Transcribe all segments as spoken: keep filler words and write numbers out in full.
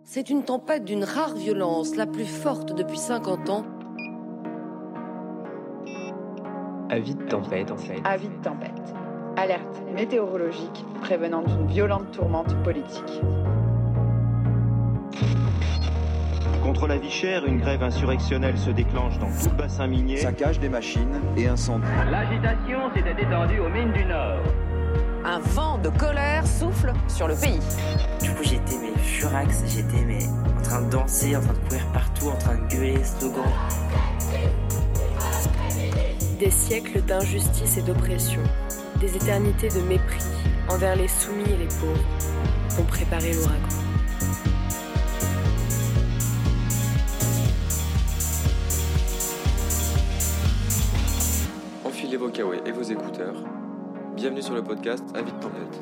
C'est une tempête d'une rare violence, la plus forte depuis cinquante ans. Avis de tempête. Avis de tempête. Alerte météorologique prévenant d'une violente tourmente politique. Contre la vie chère, une grève insurrectionnelle se déclenche dans tout le bassin minier. Saccage des machines et incendie. L'agitation s'était étendue aux mines du Nord. Un vent de colère souffle sur le pays. Du coup, j'étais mais furax, j'étais mais en train de danser, en train de courir partout, en train de gueuler, slogans. Des siècles d'injustice et d'oppression, des éternités de mépris envers les soumis et les pauvres ont préparé l'ouragan. Enfilez vos kawaii et vos écouteurs. Bienvenue sur le podcast Avis de tempête.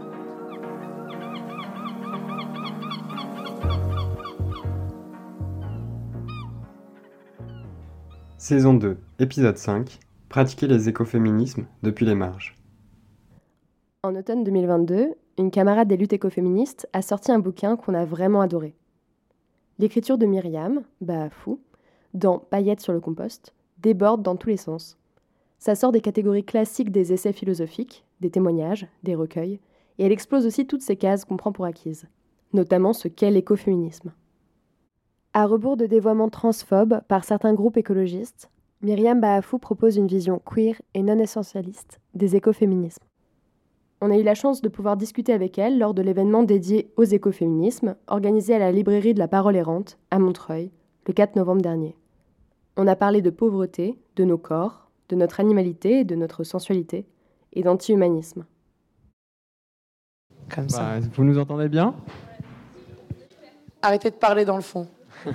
Saison deux, épisode cinq. Pratiquer les écoféminismes depuis les marges. En automne deux mille vingt-deux, une camarade des luttes écoféministes a sorti un bouquin qu'on a vraiment adoré. L'écriture de Myriam, Baafou, dans Paillettes sur le compost, déborde dans tous les sens. Ça sort des catégories classiques des essais philosophiques, des témoignages, des recueils, et elle explose aussi toutes ces cases qu'on prend pour acquises, notamment ce qu'est l'écoféminisme. À rebours de dévoiements transphobes par certains groupes écologistes, Myriam Baafou propose une vision queer et non essentialiste des écoféminismes. On a eu la chance de pouvoir discuter avec elle lors de l'événement dédié aux écoféminismes organisé à la librairie de la Parole Errante à Montreuil le quatre novembre dernier. On a parlé de pauvreté, de nos corps, de notre animalité et de notre sensualité, et d'anti-humanisme. Comme ça. Bah, vous nous entendez bien ? Arrêtez de parler dans le fond.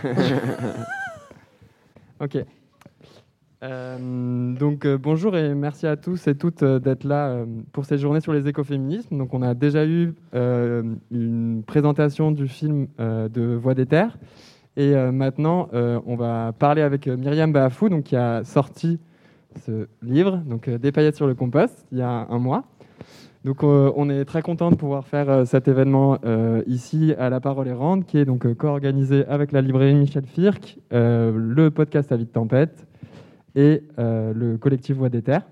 Ok. Euh, donc euh, bonjour et merci à tous et toutes euh, d'être là euh, pour cette journée sur les écoféminismes. Donc on a déjà eu euh, une présentation du film euh, de Voix des Terres et euh, maintenant euh, on va parler avec euh, Myriam Baafou, donc qui a sorti ce livre, donc euh, Des paillettes sur le compost, il y a un mois. Donc euh, on est très content de pouvoir faire euh, cet événement euh, ici à La Parole Errante, qui est donc euh, co-organisé avec la librairie Michel Firck, euh, le podcast Avis de tempête et euh, le collectif Voix des Terres.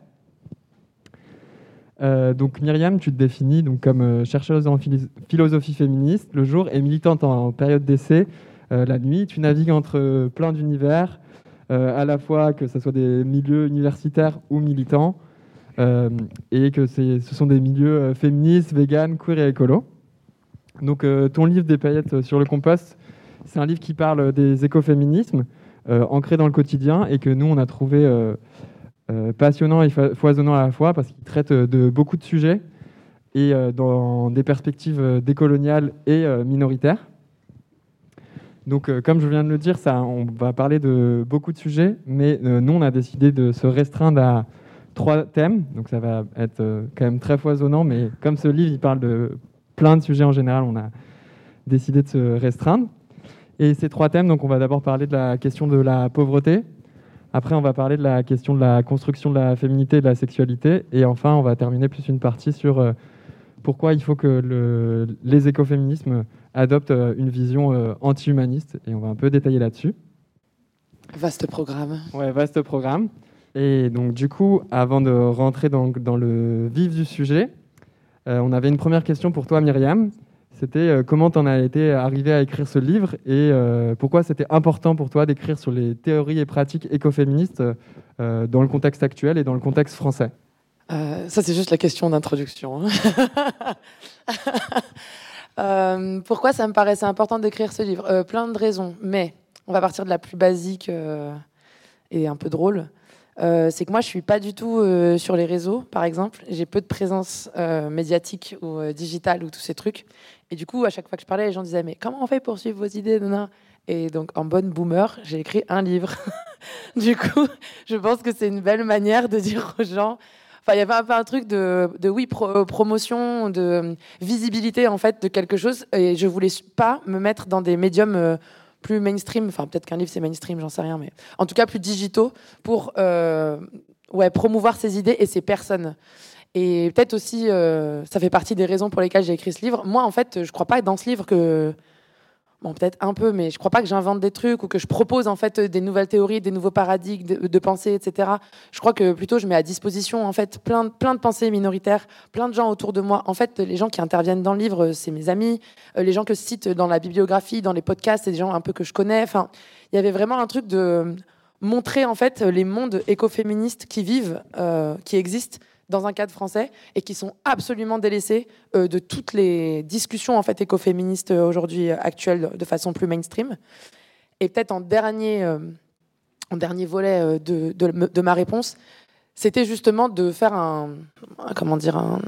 Euh, donc Myriam, tu te définis donc comme euh, chercheuse en philo- philosophie féministe le jour et militante en, en période d'essai euh, la nuit. Tu navigues entre euh, plein d'univers, euh, à la fois que ce soit des milieux universitaires ou militants, euh, et que c'est, ce sont des milieux euh, féministes, véganes, queer et écolo. Donc euh, ton livre Des paillettes sur le compost, c'est un livre qui parle des écoféminismes, Euh, ancré dans le quotidien et que nous, on a trouvé euh, euh, passionnant et fa- foisonnant à la fois parce qu'il traite euh, de beaucoup de sujets et euh, dans des perspectives euh, décoloniales et euh, minoritaires. Donc, euh, comme je viens de le dire, ça, on va parler de beaucoup de sujets, mais euh, nous, on a décidé de se restreindre à trois thèmes. Donc, ça va être euh, quand même très foisonnant, mais comme ce livre, il parle de plein de sujets en général, on a décidé de se restreindre. Et ces trois thèmes, donc on va d'abord parler de la question de la pauvreté. Après, on va parler de la question de la construction de la féminité et de la sexualité. Et enfin, on va terminer plus une partie sur euh, pourquoi il faut que le, les écoféminismes adoptent euh, une vision euh, anti-humaniste. Et on va un peu détailler là-dessus. Vaste programme. Ouais, vaste programme. Et donc, du coup, avant de rentrer dans, dans le vif du sujet, euh, on avait une première question pour toi, Myriam. C'était euh, comment tu en as été arrivé à écrire ce livre et euh, pourquoi c'était important pour toi d'écrire sur les théories et pratiques écoféministes euh, dans le contexte actuel et dans le contexte français. Euh, ça, c'est juste la question d'introduction. euh, pourquoi ça me paraissait important d'écrire ce livre ? euh, Plein de raisons, mais on va partir de la plus basique euh, et un peu drôle. Euh, c'est que moi, je suis pas du tout euh, sur les réseaux, par exemple. J'ai peu de présence euh, médiatique ou euh, digitale ou tous ces trucs. Et du coup, à chaque fois que je parlais, les gens disaient « Mais comment on fait pour suivre vos idées ?» Et donc, en bonne boomer, j'ai écrit un livre. Du coup, je pense que c'est une belle manière de dire aux gens... Enfin, il y avait un peu un truc de, de oui, pro- promotion, de visibilité, en fait, de quelque chose. Et je voulais pas me mettre dans des médiums... Euh, plus mainstream, enfin peut-être qu'un livre c'est mainstream, j'en sais rien, mais en tout cas plus digitaux pour euh, ouais, promouvoir ces idées et ces personnes. Et peut-être aussi, euh, ça fait partie des raisons pour lesquelles j'ai écrit ce livre. Moi, en fait, je crois pas dans ce livre que Bon, peut-être un peu, mais je crois pas que j'invente des trucs ou que je propose en fait des nouvelles théories, des nouveaux paradigmes de, de pensée, et cetera. Je crois que plutôt je mets à disposition en fait plein, de, plein de pensées minoritaires, plein de gens autour de moi. En fait, les gens qui interviennent dans le livre, c'est mes amis, les gens que je cite dans la bibliographie, dans les podcasts, c'est des gens un peu que je connais. Enfin, il y avait vraiment un truc de montrer en fait les mondes écoféministes qui vivent, euh, qui existent dans un cadre français et qui sont absolument délaissés euh, de toutes les discussions en fait écoféministes euh, aujourd'hui euh, actuelles de façon plus mainstream. Et peut-être en dernier, euh, en dernier volet euh, de, de, de ma réponse, c'était justement de faire un, un comment dire, un,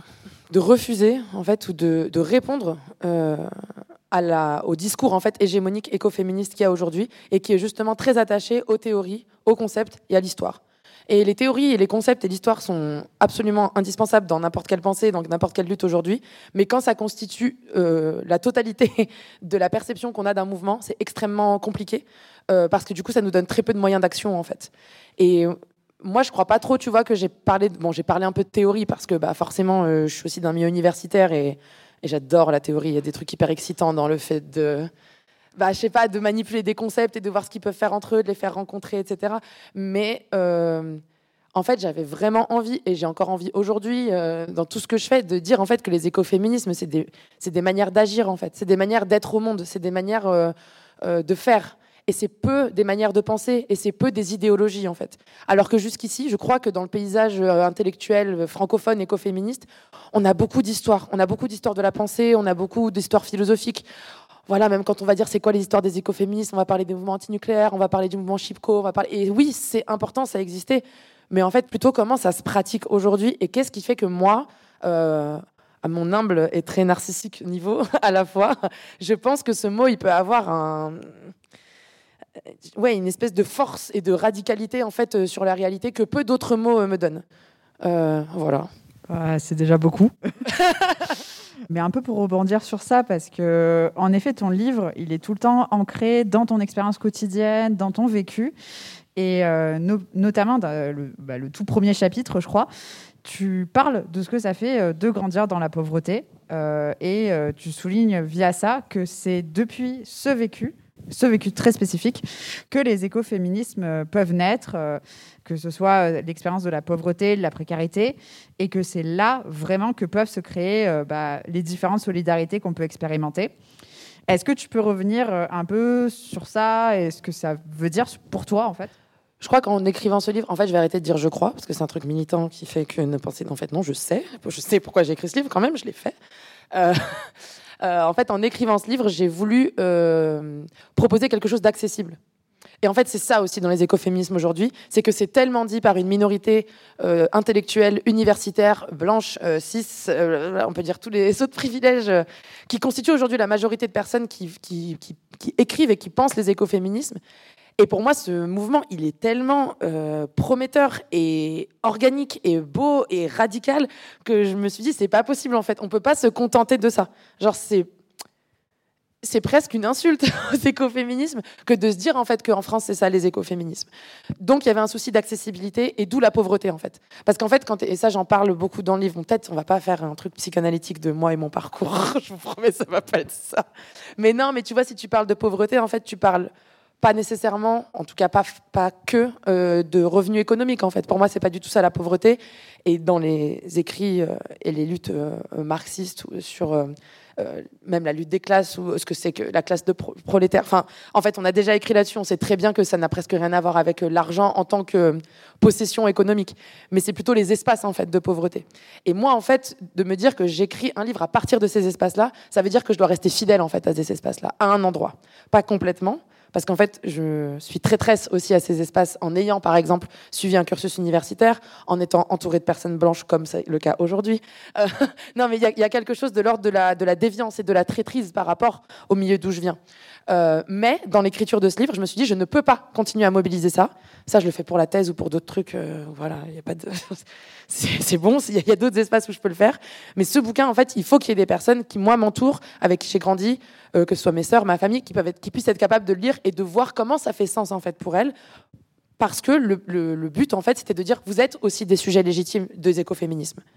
de refuser en fait ou de, de répondre euh, à la, au discours en fait hégémonique écoféministe qu'il y a aujourd'hui et qui est justement très attaché aux théories, aux concepts et à l'histoire. Et les théories et les concepts et l'histoire sont absolument indispensables dans n'importe quelle pensée, dans n'importe quelle lutte aujourd'hui. Mais quand ça constitue euh, la totalité de la perception qu'on a d'un mouvement, c'est extrêmement compliqué euh, parce que du coup, ça nous donne très peu de moyens d'action en fait. Et moi, je crois pas trop, tu vois, que j'ai parlé, de, bon, j'ai parlé un peu de théorie parce que bah, forcément, euh, je suis aussi d'un milieu universitaire et, et j'adore la théorie. Il y a des trucs hyper excitants dans le fait de Bah, je sais pas, de manipuler des concepts et de voir ce qu'ils peuvent faire entre eux, de les faire rencontrer, et cetera. Mais euh, en fait, j'avais vraiment envie, et j'ai encore envie aujourd'hui, euh, dans tout ce que je fais, de dire en fait que les écoféminismes, c'est des, c'est des manières d'agir, en fait. C'est des manières d'être au monde, c'est des manières euh, euh, de faire. Et c'est peu des manières de penser, et c'est peu des idéologies, en fait. Alors que jusqu'ici, je crois que dans le paysage intellectuel francophone écoféministe, on a beaucoup d'histoires. On a beaucoup d'histoires de la pensée, on a beaucoup d'histoires philosophiques. Voilà, même quand on va dire c'est quoi les histoires des écoféministes, on va parler des mouvements antinucléaires, on va parler du mouvement Chipko, on va parler. Et oui, c'est important, ça existait. Mais en fait, plutôt comment ça se pratique aujourd'hui et qu'est-ce qui fait que moi, euh, à mon humble et très narcissique niveau à la fois, je pense que ce mot, il peut avoir un, ouais, une espèce de force et de radicalité en fait sur la réalité que peu d'autres mots me donnent. Euh, voilà. Ouais, c'est déjà beaucoup. Mais un peu pour rebondir sur ça, parce que en effet, ton livre, il est tout le temps ancré dans ton expérience quotidienne, dans ton vécu. Et euh, no- notamment, dans le, bah, le tout premier chapitre, je crois, tu parles de ce que ça fait de grandir dans la pauvreté. Euh, et euh, tu soulignes via ça que c'est depuis ce vécu, ce vécu très spécifique, que les écoféminismes peuvent naître, euh, que ce soit l'expérience de la pauvreté, de la précarité, et que c'est là vraiment que peuvent se créer euh, bah, les différentes solidarités qu'on peut expérimenter. Est-ce que tu peux revenir un peu sur ça et ce que ça veut dire pour toi, en fait ? Je crois qu'en écrivant ce livre, en fait, je vais arrêter de dire je crois, parce que c'est un truc militant qui fait que ne penser, en fait, non, je sais, je sais pourquoi j'ai écrit ce livre quand même, je l'ai fait. Euh, euh, en fait, en écrivant ce livre, j'ai voulu euh, proposer quelque chose d'accessible. Et en fait, c'est ça aussi dans les écoféminismes aujourd'hui, c'est que c'est tellement dit par une minorité euh, intellectuelle, universitaire, blanche, euh, cis, euh, on peut dire tous les autres privilèges euh, qui constituent aujourd'hui la majorité de personnes qui, qui, qui, qui écrivent et qui pensent les écoféminismes. Et pour moi, ce mouvement, il est tellement euh, prometteur et organique et beau et radical que je me suis dit, c'est pas possible en fait. On peut pas se contenter de ça. Genre, c'est c'est presque une insulte aux écoféminismes que de se dire en fait qu'en France c'est ça les écoféminismes. Donc il y avait un souci d'accessibilité et d'où la pauvreté en fait. Parce qu'en fait quand et ça j'en parle beaucoup dans le livre. Bon, peut-être on va pas faire un truc psychanalytique de moi et mon parcours. Je vous promets ça va pas être ça. Mais non, mais tu vois si tu parles de pauvreté en fait tu parles pas nécessairement, en tout cas pas, pas que euh, de revenus économiques en fait. Pour moi, c'est pas du tout ça la pauvreté. Et dans les écrits euh, et les luttes euh, marxistes sur euh, euh, même la lutte des classes ou ce que c'est que la classe de pro- prolétaires. Enfin, en fait, on a déjà écrit là-dessus. On sait très bien que ça n'a presque rien à voir avec l'argent en tant que possession économique. Mais c'est plutôt les espaces en fait de pauvreté. Et moi, en fait, de me dire que j'écris un livre à partir de ces espaces-là, ça veut dire que je dois rester fidèle en fait à ces espaces-là, à un endroit, pas complètement. Parce qu'en fait, je suis traîtresse aussi à ces espaces en ayant, par exemple, suivi un cursus universitaire, en étant entourée de personnes blanches, comme c'est le cas aujourd'hui. Euh, non, mais il y, y a quelque chose de l'ordre de la, de la déviance et de la traîtrise par rapport au milieu d'où je viens. Euh, mais dans l'écriture de ce livre, je me suis dit, je ne peux pas continuer à mobiliser ça. Ça, je le fais pour la thèse ou pour d'autres trucs. Euh, voilà, il y a pas de... c'est, c'est bon, il y, y a d'autres espaces où je peux le faire. Mais ce bouquin, en fait, il faut qu'il y ait des personnes qui, moi, m'entourent, avec qui j'ai grandi, euh, que ce soit mes sœurs, ma famille, qui, peuvent être, qui puissent être capables de le lire et de voir comment ça fait sens, en fait, pour elles. Parce que le, le, le but, en fait, c'était de dire, vous êtes aussi des sujets légitimes des écoféminismes.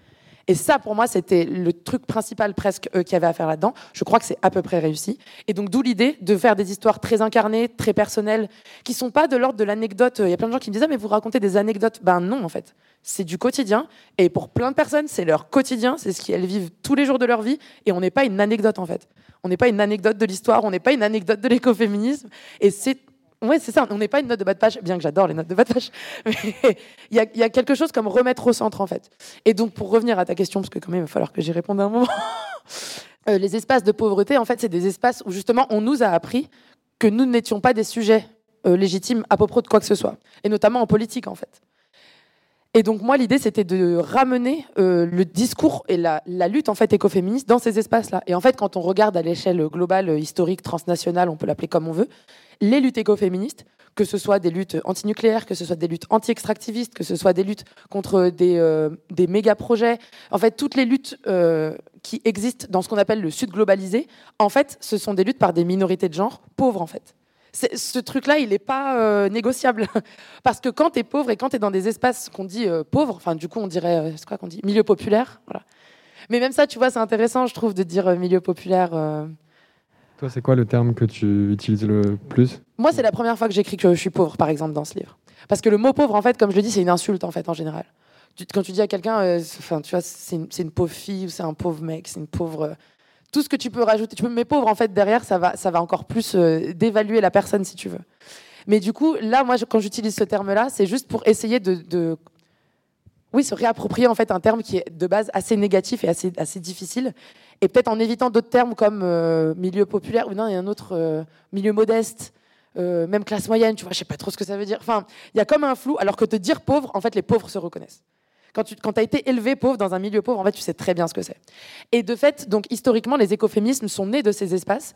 Et ça, pour moi, c'était le truc principal presque euh, qu'il y avait à faire là-dedans. Je crois que c'est à peu près réussi. Et donc, d'où l'idée de faire des histoires très incarnées, très personnelles, qui sont pas de l'ordre de l'anecdote. Il y a plein de gens qui me disent « Ah, mais vous racontez des anecdotes ». Ben non, en fait. C'est du quotidien. Et pour plein de personnes, c'est leur quotidien. C'est ce qu'elles vivent tous les jours de leur vie. Et on n'est pas une anecdote, en fait. On n'est pas une anecdote de l'histoire. On n'est pas une anecdote de l'écoféminisme. Et c'est... Ouais, c'est ça. On n'est pas une note de bas de page, bien que j'adore les notes de bas de page. Mais il y a, y a quelque chose comme remettre au centre, en fait. Et donc, pour revenir à ta question, parce que quand même, il va falloir que j'y réponde à un moment. euh, les espaces de pauvreté, en fait, c'est des espaces où, justement, on nous a appris que nous n'étions pas des sujets euh, légitimes à propos de quoi que ce soit. Et notamment en politique, en fait. Et donc, moi, l'idée, c'était de ramener euh, le discours et la, la lutte, en fait, écoféministe dans ces espaces-là. Et en fait, quand on regarde à l'échelle globale, historique, transnationale, on peut l'appeler comme on veut, les luttes écoféministes, que ce soit des luttes antinucléaires, que ce soit des luttes anti-extractivistes, que ce soit des luttes contre des, euh, des méga-projets, en fait, toutes les luttes euh, qui existent dans ce qu'on appelle le Sud globalisé, en fait, ce sont des luttes par des minorités de genre pauvres, en fait. C'est, ce truc-là, il n'est pas euh, négociable. Parce que quand tu es pauvre et quand tu es dans des espaces qu'on dit euh, pauvres, enfin, du coup, on dirait, euh, c'est quoi qu'on dit ? Milieu populaire, voilà. Mais même ça, tu vois, c'est intéressant, je trouve, de dire euh, milieu populaire... Euh, Toi, c'est quoi le terme que tu utilises le plus ? Moi, c'est la première fois que j'écris que je suis pauvre, par exemple, dans ce livre. Parce que le mot pauvre, en fait, comme je le dis, c'est une insulte, en fait, en général. Tu, quand tu dis à quelqu'un, euh, enfin, tu vois, c'est une, c'est une pauvre fille ou c'est un pauvre mec, c'est une pauvre... Euh, tout ce que tu peux rajouter, tu peux mettre pauvre, en fait, derrière, ça va, ça va encore plus euh, dévaluer la personne, si tu veux. Mais du coup, là, moi, je, quand j'utilise ce terme-là, c'est juste pour essayer de... de oui, se réapproprier, en fait, un terme qui est, de base, assez négatif et assez, assez difficile. Et peut-être en évitant d'autres termes comme euh, milieu populaire, ou non, il y a un autre euh, milieu modeste, euh, même classe moyenne, tu vois, je sais pas trop ce que ça veut dire. Enfin, il y a comme un flou, alors que te dire pauvre, en fait, les pauvres se reconnaissent. Quand tu quand as été élevé pauvre dans un milieu pauvre, en fait, tu sais très bien ce que c'est. Et de fait, donc, historiquement, les écoféminismes sont nés de ces espaces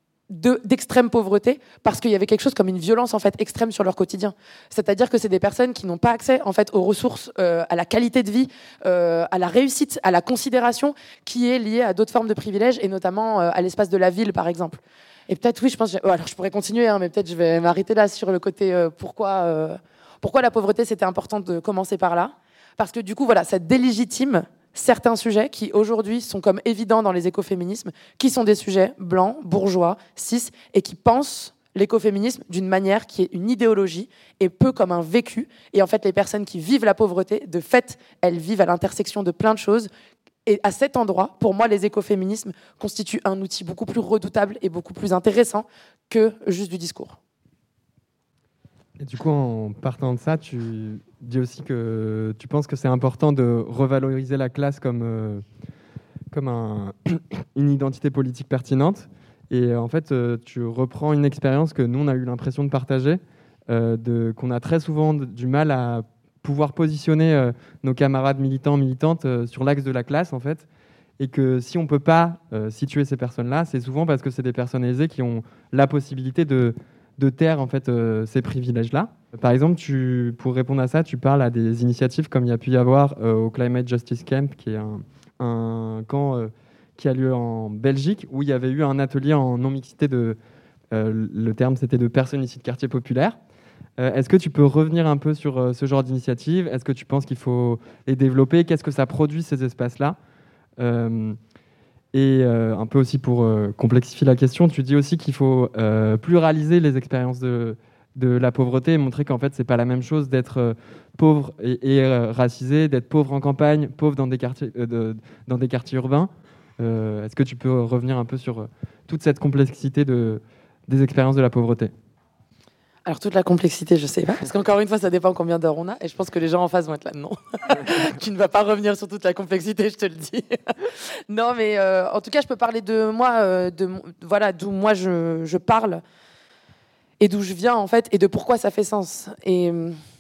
de, d'extrême pauvreté, parce qu'il y avait quelque chose comme une violence en fait extrême sur leur quotidien. C'est-à-dire que c'est des personnes qui n'ont pas accès en fait aux ressources, euh, à la qualité de vie, euh, à la réussite, à la considération qui est liée à d'autres formes de privilèges et notamment euh, à l'espace de la ville par exemple. Et peut-être oui, je pense. Oh, alors je pourrais continuer, hein, mais peut-être je vais m'arrêter là sur le côté euh, pourquoi euh, pourquoi la pauvreté c'était important de commencer par là, parce que du coup voilà, ça délégitime certains sujets qui aujourd'hui sont comme évidents dans les écoféminismes, qui sont des sujets blancs, bourgeois, cis, et qui pensent l'écoféminisme d'une manière qui est une idéologie et peu comme un vécu. Et en fait, les personnes qui vivent la pauvreté, de fait, elles vivent à l'intersection de plein de choses. Et à cet endroit, pour moi, les écoféminismes constituent un outil beaucoup plus redoutable et beaucoup plus intéressant que juste du discours. Et du coup, en partant de ça, tu dis aussi que tu penses que c'est important de revaloriser la classe comme, euh, comme un, une identité politique pertinente. Et en fait, euh, tu reprends une expérience que nous, on a eu l'impression de partager, euh, de, qu'on a très souvent de, du mal à pouvoir positionner euh, nos camarades militants, militantes euh, sur l'axe de la classe, en fait. Et que si on ne peut pas euh, situer ces personnes-là, c'est souvent parce que c'est des personnes aisées qui ont la possibilité de de taire en fait euh, ces privilèges-là. Par exemple, tu, pour répondre à ça, tu parles à des initiatives comme il y a pu y avoir euh, au Climate Justice Camp, qui est un, un camp euh, qui a lieu en Belgique, où il y avait eu un atelier en non-mixité de, euh, le terme c'était de personnes issues de quartiers populaires. Euh, est-ce que tu peux revenir un peu sur euh, ce genre d'initiative ? Est-ce que tu penses qu'il faut les développer ? Qu'est-ce que ça produit, ces espaces-là ? euh, Et euh, un peu aussi pour euh, complexifier la question, tu dis aussi qu'il faut euh, pluraliser les expériences de, de la pauvreté et montrer qu'en fait, c'est pas la même chose d'être euh, pauvre et, et euh, racisé, d'être pauvre en campagne, pauvre dans des quartiers, euh, de, dans des quartiers urbains. Euh, est-ce que tu peux revenir un peu sur euh, toute cette complexité de, des expériences de la pauvreté ? Alors, toute la complexité, je sais pas. Parce qu'encore une fois, ça dépend combien d'heures on a. Et je pense que les gens en face vont être là. Non, tu ne vas pas revenir sur toute la complexité, je te le dis. Non, mais euh, en tout cas, je peux parler de moi, euh, de, voilà, d'où moi je, je parle et d'où je viens, en fait, et de pourquoi ça fait sens. Et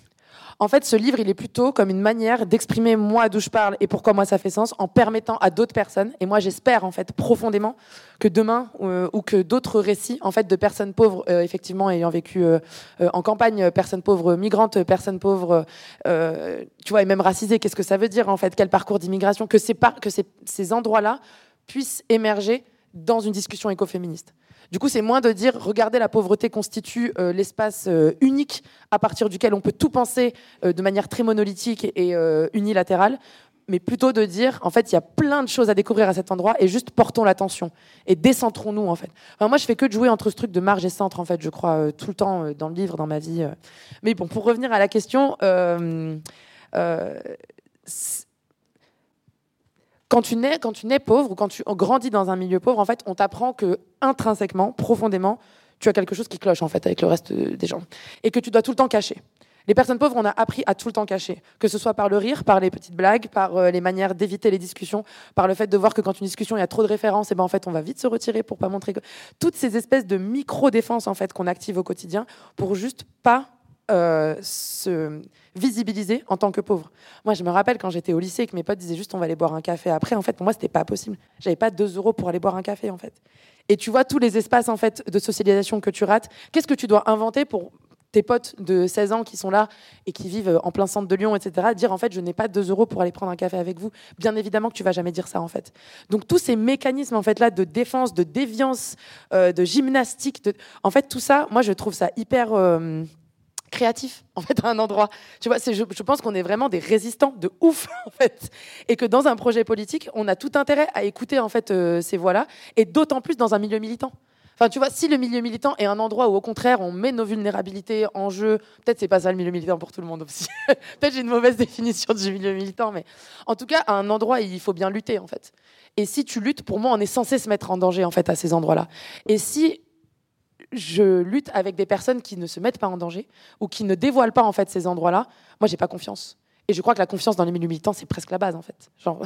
en fait, ce livre, il est plutôt comme une manière d'exprimer moi d'où je parle et pourquoi moi ça fait sens, en permettant à d'autres personnes, et moi j'espère en fait profondément que demain euh, ou que d'autres récits en fait de personnes pauvres, euh, effectivement ayant vécu euh, euh, en campagne, personnes pauvres migrantes, personnes pauvres, euh, tu vois, et même racisées, qu'est-ce que ça veut dire en fait, quel parcours d'immigration, que ces par- que ces, ces endroits-là puissent émerger dans une discussion écoféministe. Du coup, c'est moins de dire, regardez, la pauvreté constitue euh, l'espace euh, unique à partir duquel on peut tout penser euh, de manière très monolithique et euh, unilatérale. mais plutôt de dire, en fait, il y a plein de choses à découvrir à cet endroit et juste portons l'attention et décentrons-nous, en fait. Enfin, moi, je fais que de jouer entre ce truc de marge et centre, en fait, je crois, euh, tout le temps euh, dans le livre, dans ma vie. Euh. Mais bon, pour revenir à la question, euh, euh, quand tu nais, quand tu nais pauvre ou quand tu grandis dans un milieu pauvre, en fait, on t'apprend que intrinsèquement, profondément, tu as quelque chose qui cloche, en fait, avec le reste des gens et que tu dois tout le temps cacher. Les personnes pauvres, on a appris à tout le temps cacher, que ce soit par le rire, par les petites blagues, par euh, les manières d'éviter les discussions, par le fait de voir que quand une discussion, il y a trop de références, et ben en fait, on va vite se retirer pour pas montrer que... Toutes ces espèces de micro-défenses en fait, qu'on active au quotidien pour juste pas euh, se visibiliser en tant que pauvre. Moi, je me rappelle quand j'étais au lycée et que mes potes disaient juste on va aller boire un café après. En fait, pour moi, c'était pas possible. J'avais pas deux euros pour aller boire un café, en fait. Et tu vois tous les espaces en fait, de socialisation que tu rates. Qu'est-ce que tu dois inventer pour... tes potes de seize ans qui sont là et qui vivent en plein centre de Lyon, et cetera, dire en fait je n'ai pas deux euros pour aller prendre un café avec vous. Bien évidemment que tu vas jamais dire ça en fait. Donc tous ces mécanismes en fait là de défense, de déviance, euh, de gymnastique, de... en fait tout ça, moi je trouve ça hyper euh, créatif en fait à un endroit. Tu vois, c'est, je, je pense qu'on est vraiment des résistants de ouf en fait, et que dans un projet politique, on a tout intérêt à écouter en fait euh, ces voix-là, et d'autant plus dans un milieu militant. Enfin, tu vois, si le milieu militant est un endroit où, au contraire, on met nos vulnérabilités en jeu, peut-être c'est pas ça le milieu militant pour tout le monde aussi. Peut-être j'ai une mauvaise définition du milieu militant, mais en tout cas, à un endroit, il faut bien lutter, en fait. Et si tu luttes, pour moi, on est censé se mettre en danger, en fait, à ces endroits-là. Et si je lutte avec des personnes qui ne se mettent pas en danger ou qui ne dévoilent pas, en fait, ces endroits-là, moi, j'ai pas confiance. Et je crois que la confiance dans les milieux militants, c'est presque la base, en fait. Genre...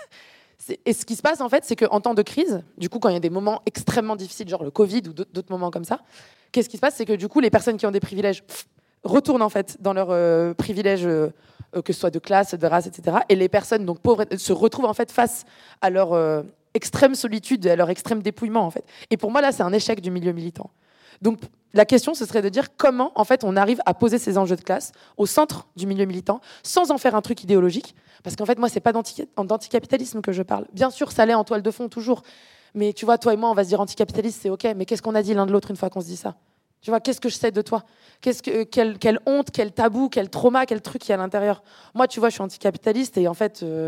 Et ce qui se passe, en fait, c'est qu'en temps de crise, du coup, quand il y a des moments extrêmement difficiles, genre le Covid ou d'autres moments comme ça, qu'est-ce qui se passe? C'est que, du coup, les personnes qui ont des privilèges pff, retournent, en fait, dans leurs euh, privilèges, euh, que ce soit de classe, de race, et cetera. Et les personnes, donc, pauvres, se retrouvent, en fait, face à leur euh, extrême solitude, à leur extrême dépouillement, en fait. Et pour moi, là, c'est un échec du milieu militant. Donc, la question, ce serait de dire comment, en fait, on arrive à poser ces enjeux de classe au centre du milieu militant, sans en faire un truc idéologique. Parce qu'en fait, moi, c'est pas d'anti- d'anticapitalisme que je parle. Bien sûr, ça l'est en toile de fond, toujours. Mais tu vois, toi et moi, on va se dire anticapitaliste, c'est OK. Mais qu'est-ce qu'on a dit l'un de l'autre une fois qu'on se dit ça? Tu vois, qu'est-ce que je sais de toi? Qu'est-ce que, quelle, quelle honte, quel tabou, quel trauma, quel truc il y a à l'intérieur? Moi, tu vois, je suis anticapitaliste et en fait... Euh,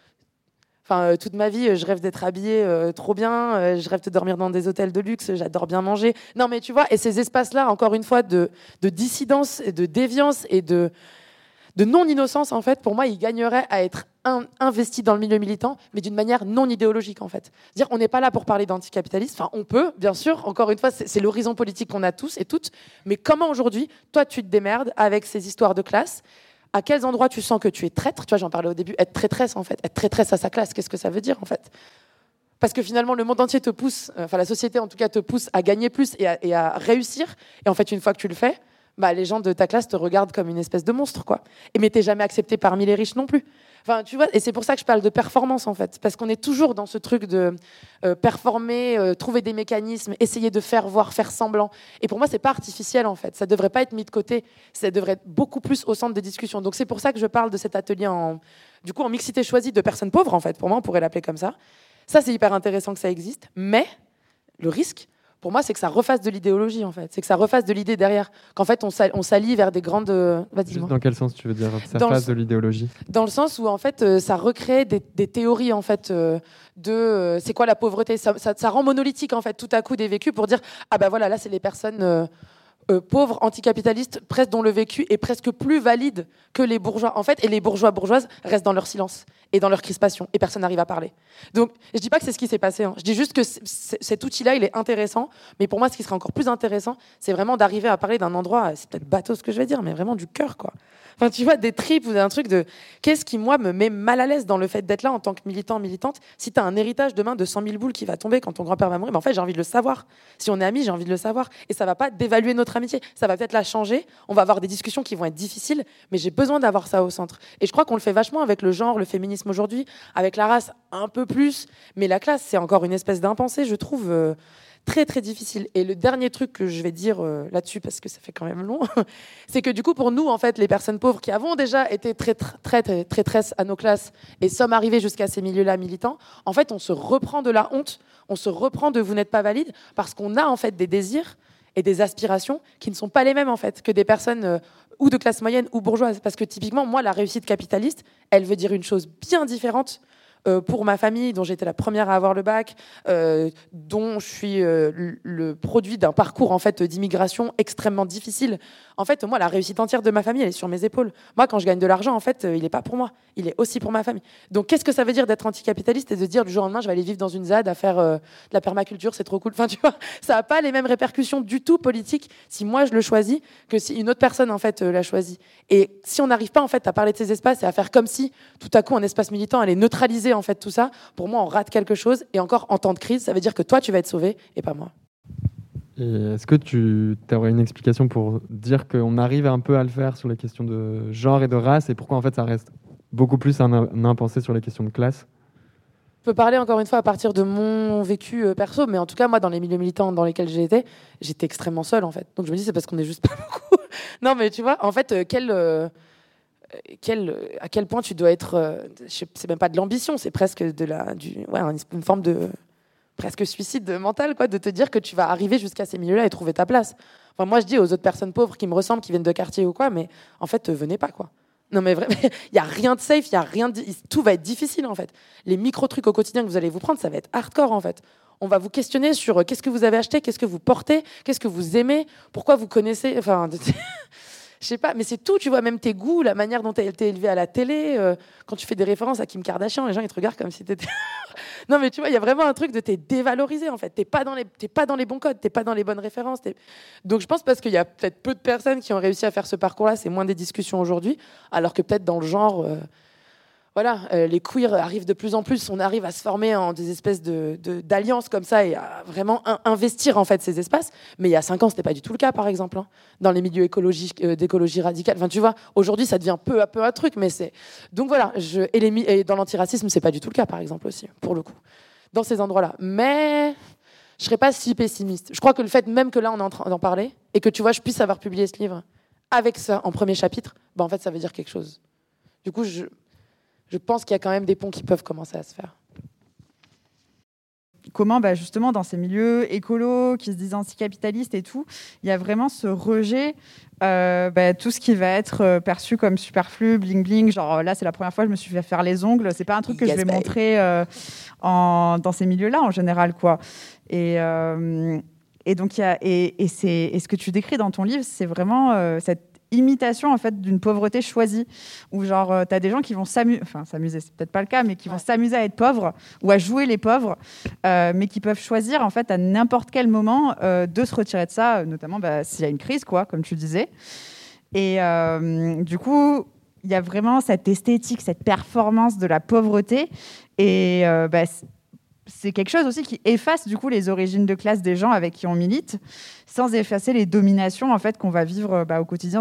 Enfin, euh, toute ma vie, euh, je rêve d'être habillée euh, trop bien, euh, je rêve de dormir dans des hôtels de luxe, j'adore bien manger. Non, mais tu vois, et ces espaces-là, encore une fois, de, de dissidence et de déviance et de, de non-innocence, en fait, pour moi, ils gagneraient à être in, investis dans le milieu militant, mais d'une manière non idéologique, en fait. C'est-à-dire, on n'est pas là pour parler d'anticapitalisme. Enfin, on peut, bien sûr, encore une fois, c'est, c'est l'horizon politique qu'on a tous et toutes, mais comment aujourd'hui, toi, tu te démerdes avec ces histoires de classe? À quels endroits tu sens que tu es traître? Tu vois, j'en parlais au début, être traîtresse en fait, être traîtresse à sa classe, qu'est-ce que ça veut dire en fait? Parce que finalement, le monde entier te pousse, euh, enfin la société en tout cas te pousse à gagner plus et à, et à réussir. Et en fait, une fois que tu le fais, bah, les gens de ta classe te regardent comme une espèce de monstre, quoi. Et mais t'es jamais accepté parmi les riches non plus. Enfin, tu vois, et c'est pour ça que je parle de performance en fait, parce qu'on est toujours dans ce truc de euh, performer, euh, trouver des mécanismes, essayer de faire voir, faire semblant. Et pour moi, c'est pas artificiel en fait. Ça devrait pas être mis de côté. Ça devrait être beaucoup plus au centre des discussions. Donc c'est pour ça que je parle de cet atelier en, du coup, en mixité choisie de personnes pauvres en fait. Pour moi, on pourrait l'appeler comme ça. Ça, c'est hyper intéressant que ça existe, mais le risque, pour moi, c'est que ça refasse de l'idéologie, en fait. C'est que ça refasse de l'idée derrière. Qu'en fait, on, s'all- on s'allie vers des grandes... Vas-y, dans quel sens tu veux dire que ça dans fasse le... de l'idéologie? Dans le sens où, en fait, euh, ça recrée des, des théories, en fait, euh, de... Euh, c'est quoi la pauvreté? ça, ça, ça rend monolithique, en fait, tout à coup, des vécus pour dire « Ah ben voilà, là, c'est les personnes... Euh, Euh, pauvres, anticapitalistes, presque dont le vécu est presque plus valide que les bourgeois. En fait, et les bourgeois bourgeoises restent dans leur silence et dans leur crispation, et personne n'arrive à parler. Donc, je dis pas que c'est ce qui s'est passé. Hein. Je dis juste que c- c- cet outil-là, il est intéressant. Mais pour moi, ce qui serait encore plus intéressant, c'est vraiment d'arriver à parler d'un endroit. C'est peut-être bateau ce que je vais dire, mais vraiment du cœur, quoi. Enfin, tu vois, des tripes ou d'un truc de qu'est-ce qui, moi, me met mal à l'aise dans le fait d'être là en tant que militant, militante. Si tu as un héritage demain de cent mille boules qui va tomber quand ton grand-père va mourir, ben en fait, j'ai envie de le savoir. Si on est amis, j'ai envie de le savoir. Et ça va pas dévaluer notre amitié. Ça va peut-être la changer. On va avoir des discussions qui vont être difficiles, mais j'ai besoin d'avoir ça au centre. Et je crois qu'on le fait vachement avec le genre, le féminisme aujourd'hui, avec la race un peu plus. Mais la classe, c'est encore une espèce d'impensé, je trouve. Euh, très très difficile. Et le dernier truc que je vais dire euh, là-dessus, parce que ça fait quand même long, c'est que du coup pour nous en fait les personnes pauvres qui avons déjà été très très très traîtresses à nos classes et sommes arrivés jusqu'à ces milieux-là militants, en fait on se reprend de la honte, on se reprend de vous n'êtes pas valide parce qu'on a en fait des désirs et des aspirations qui ne sont pas les mêmes en fait que des personnes euh, ou de classe moyenne ou bourgeoise. Parce que typiquement, moi, la réussite capitaliste, elle veut dire une chose bien différente euh, pour ma famille, dont j'étais la première à avoir le bac, euh, dont je suis euh, le, le produit d'un parcours en fait d'immigration extrêmement difficile. En fait, moi, la réussite entière de ma famille, elle est sur mes épaules. Moi, quand je gagne de l'argent, en fait, euh, il n'est pas pour moi, il est aussi pour ma famille. Donc, qu'est-ce que ça veut dire d'être anticapitaliste et de dire du jour au lendemain, je vais aller vivre dans une ZAD à faire euh, de la permaculture, c'est trop cool. Enfin, tu vois, ça n'a pas les mêmes répercussions du tout politiques si moi je le choisis que si une autre personne en fait euh, l'a choisi. Et si on n'arrive pas en fait à parler de ces espaces et à faire comme si tout à coup un espace militant allait neutraliser en fait tout ça, pour moi, on rate quelque chose. Et encore en temps de crise, ça veut dire que toi, tu vas être sauvé et pas moi. Et est-ce que tu aurais une explication pour dire qu'on arrive un peu à le faire sur les questions de genre et de race et pourquoi en fait ça reste beaucoup plus un, un impensé sur les questions de classe? Je peux parler encore une fois à partir de mon vécu euh, perso, mais en tout cas, moi, dans les milieux militants dans lesquels j'étais, j'étais extrêmement seule en fait. Donc je me dis, c'est parce qu'on est juste pas beaucoup. Non, mais tu vois, en fait, euh, quel, euh, quel, euh, à quel point tu dois être. Euh, c'est même pas de l'ambition, c'est presque de la, du, ouais, une forme de. presque suicide mental, quoi, de te dire que tu vas arriver jusqu'à ces milieux-là et trouver ta place. Enfin, moi, je dis aux autres personnes pauvres qui me ressemblent, qui viennent de quartier ou quoi, mais en fait, venez pas, quoi. Non, mais vraiment, il n'y a rien de safe, il y a rien de... tout va être difficile, en fait. Les micro-trucs au quotidien que vous allez vous prendre, ça va être hardcore, en fait. On va vous questionner sur euh, qu'est-ce que vous avez acheté, qu'est-ce que vous portez, qu'est-ce que vous aimez, pourquoi vous connaissez... Enfin... Je sais pas, mais c'est tout, tu vois, même tes goûts, la manière dont tu as été élevé à la télé, euh, quand tu fais des références à Kim Kardashian, les gens ils te regardent comme si t'étais... Non mais tu vois, il y a vraiment un truc de t'es dévalorisé en fait, t'es pas dans les, t'es pas dans les bons codes, t'es pas dans les bonnes références. T'es... Donc je pense parce qu'il y a peut-être peu de personnes qui ont réussi à faire ce parcours-là, c'est moins des discussions aujourd'hui, alors que peut-être dans le genre... Euh... Voilà, euh, les queers arrivent de plus en plus, on arrive à se former en des espèces de, de, d'alliances comme ça et à vraiment in- investir en fait ces espaces. Mais il y a cinq ans, c'était pas du tout le cas, par exemple, hein, dans les milieux écologiques, euh, d'écologie radicale. Enfin, tu vois, aujourd'hui, ça devient peu à peu un truc, mais c'est... Donc voilà, je... et, les... et dans l'antiracisme, c'est pas du tout le cas, par exemple, aussi, pour le coup, dans ces endroits-là. Mais je serais pas si pessimiste. Je crois que le fait même que là, on est en train d'en parler et que, tu vois, je puisse avoir publié ce livre avec ça en premier chapitre, bah, en fait, ça veut dire quelque chose. Du coup, je... Je pense qu'il y a quand même des ponts qui peuvent commencer à se faire. Comment, bah justement, dans ces milieux écolos qui se disent anticapitalistes et tout, il y a vraiment ce rejet, euh, bah, tout ce qui va être perçu comme superflu, bling bling. Genre là, c'est la première fois que je me suis fait faire les ongles. C'est pas un truc que yes, je vais babe. montrer euh, en, dans ces milieux-là en général, quoi. Et euh, et donc il y a et, et c'est et ce que tu décris dans ton livre, c'est vraiment euh, cette imitation en fait d'une pauvreté choisie où genre euh, t'as des gens qui vont s'amuser enfin s'amuser c'est peut-être pas le cas mais qui vont ouais. s'amuser à être pauvres ou à jouer les pauvres euh, mais qui peuvent choisir en fait à n'importe quel moment euh, de se retirer de ça, notamment bah, s'il y a une crise quoi, comme tu disais. Et euh, du coup il y a vraiment cette esthétique, cette performance de la pauvreté et euh, bah, c'est quelque chose aussi qui efface du coup les origines de classe des gens avec qui on milite, sans effacer les dominations en fait qu'on va vivre bah, au quotidien.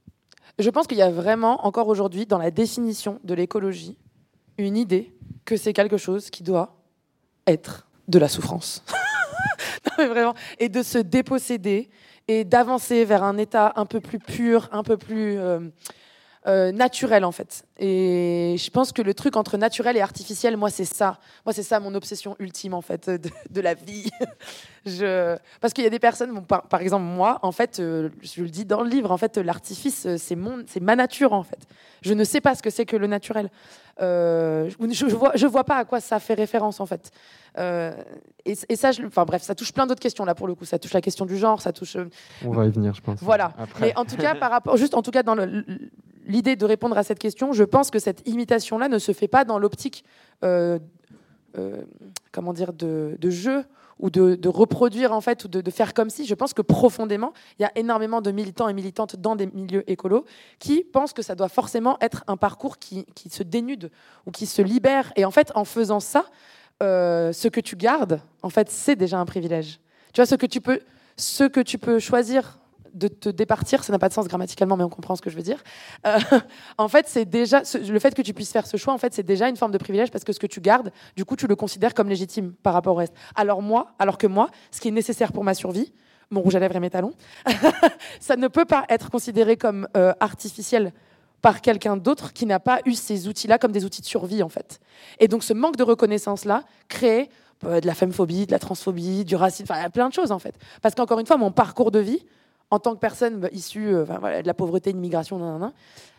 Je pense qu'il y a vraiment encore aujourd'hui dans la définition de l'écologie une idée que c'est quelque chose qui doit être de la souffrance. Non mais vraiment, et de se déposséder et d'avancer vers un état un peu plus pur, un peu plus euh, euh, naturel en fait. Et je pense que le truc entre naturel et artificiel, moi c'est ça. Moi c'est ça mon obsession ultime en fait de, de la vie. Je... Parce qu'il y a des personnes, bon, par, par exemple moi, en fait, euh, je le dis dans le livre, en fait, l'artifice, c'est mon, c'est ma nature en fait. Je ne sais pas ce que c'est que le naturel. Euh, je, je vois, je vois pas à quoi ça fait référence en fait. Euh, et, et ça, je, enfin bref, ça touche plein d'autres questions là pour le coup. Ça touche la question du genre, ça touche. Euh... On va y venir, je pense. Voilà. Après. Mais en tout cas, par rapport, juste en tout cas dans le, l'idée de répondre à cette question, je pense que cette imitation-là ne se fait pas dans l'optique, euh, euh, comment dire, de, de jeu. Ou de, de reproduire en fait, ou de, de faire comme si. Je pense que profondément, il y a énormément de militants et militantes dans des milieux écolos qui pensent que ça doit forcément être un parcours qui, qui se dénude ou qui se libère. Et en fait, en faisant ça, euh, ce que tu gardes, en fait, c'est déjà un privilège. Tu vois, ce que tu peux, ce que tu peux choisir de te départir, ça n'a pas de sens grammaticalement, mais on comprend ce que je veux dire. Euh, en fait, c'est déjà ce, le fait que tu puisses faire ce choix, en fait, c'est déjà une forme de privilège parce que ce que tu gardes, du coup, tu le considères comme légitime par rapport au reste. Alors moi, alors que moi, ce qui est nécessaire pour ma survie, mon rouge à lèvres et mes talons, ça ne peut pas être considéré comme euh, artificiel par quelqu'un d'autre qui n'a pas eu ces outils-là comme des outils de survie, en fait. Et donc, ce manque de reconnaissance-là crée euh, de la femmephobie, de la transphobie, du racisme, enfin, il y a plein de choses en fait. Parce qu'encore une fois, mon parcours de vie, en tant que personne bah, issue euh, voilà, de la pauvreté, de l'immigration, nan, nan, nan,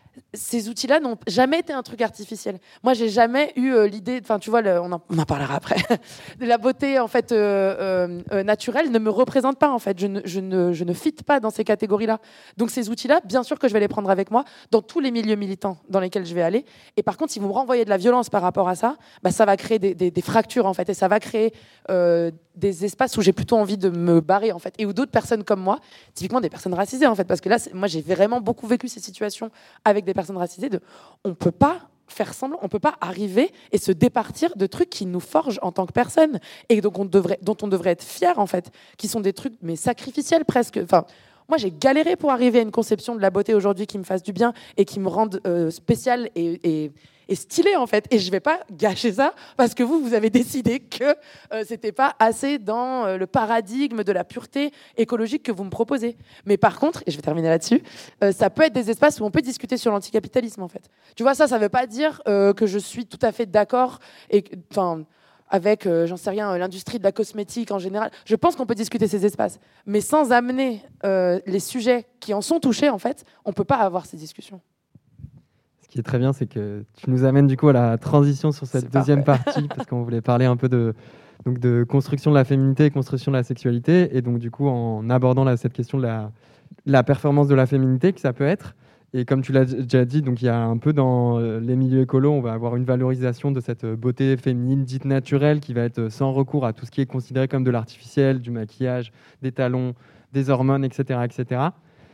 ces outils-là n'ont jamais été un truc artificiel. Moi, j'ai jamais eu euh, l'idée, enfin, tu vois, le, on, en, on en parlera après, de la beauté en fait euh, euh, euh, naturelle ne me représente pas en fait. Je ne, je ne, je ne fit pas dans ces catégories-là. Donc, ces outils-là, bien sûr que je vais les prendre avec moi dans tous les milieux militants dans lesquels je vais aller. Et par contre, si vous me renvoyez de la violence par rapport à ça, bah, ça va créer des, des, des fractures en fait, et ça va créer euh, des espaces où j'ai plutôt envie de me barrer en fait, et où d'autres personnes comme moi, typiquement des personnes racisées en fait, parce que là, moi, j'ai vraiment beaucoup vécu ces situations avec des personnes racisées. De, on peut pas faire semblant, on peut pas arriver et se départir de trucs qui nous forgent en tant que personne et donc on devrait, dont on devrait être fier en fait, qui sont des trucs mais sacrificiels presque. Enfin, moi j'ai galéré pour arriver à une conception de la beauté aujourd'hui qui me fasse du bien et qui me rende euh, spéciale et, et et stylé en fait, et je vais pas gâcher ça parce que vous vous avez décidé que euh, c'était pas assez dans euh, le paradigme de la pureté écologique que vous me proposez. Mais par contre, et je vais terminer là-dessus, euh, ça peut être des espaces où on peut discuter sur l'anticapitalisme en fait. Tu vois, ça ça veut pas dire euh, que je suis tout à fait d'accord et enfin avec, euh, j'en sais rien, l'industrie de la cosmétique en général. Je pense qu'on peut discuter ces espaces, mais sans amener euh, les sujets qui en sont touchés en fait, on peut pas avoir ces discussions. Ce qui est très bien, c'est que tu nous amènes du coup à la transition sur cette c'est deuxième parfait. partie, parce qu'on voulait parler un peu de, donc de construction de la féminité et construction de la sexualité, et donc du coup en abordant là, cette question de la, la performance de la féminité que ça peut être. Et comme tu l'as déjà dit, donc il y a un peu dans les milieux écolos, on va avoir une valorisation de cette beauté féminine dite naturelle qui va être sans recours à tout ce qui est considéré comme de l'artificiel, du maquillage, des talons, des hormones, et cetera, et cetera.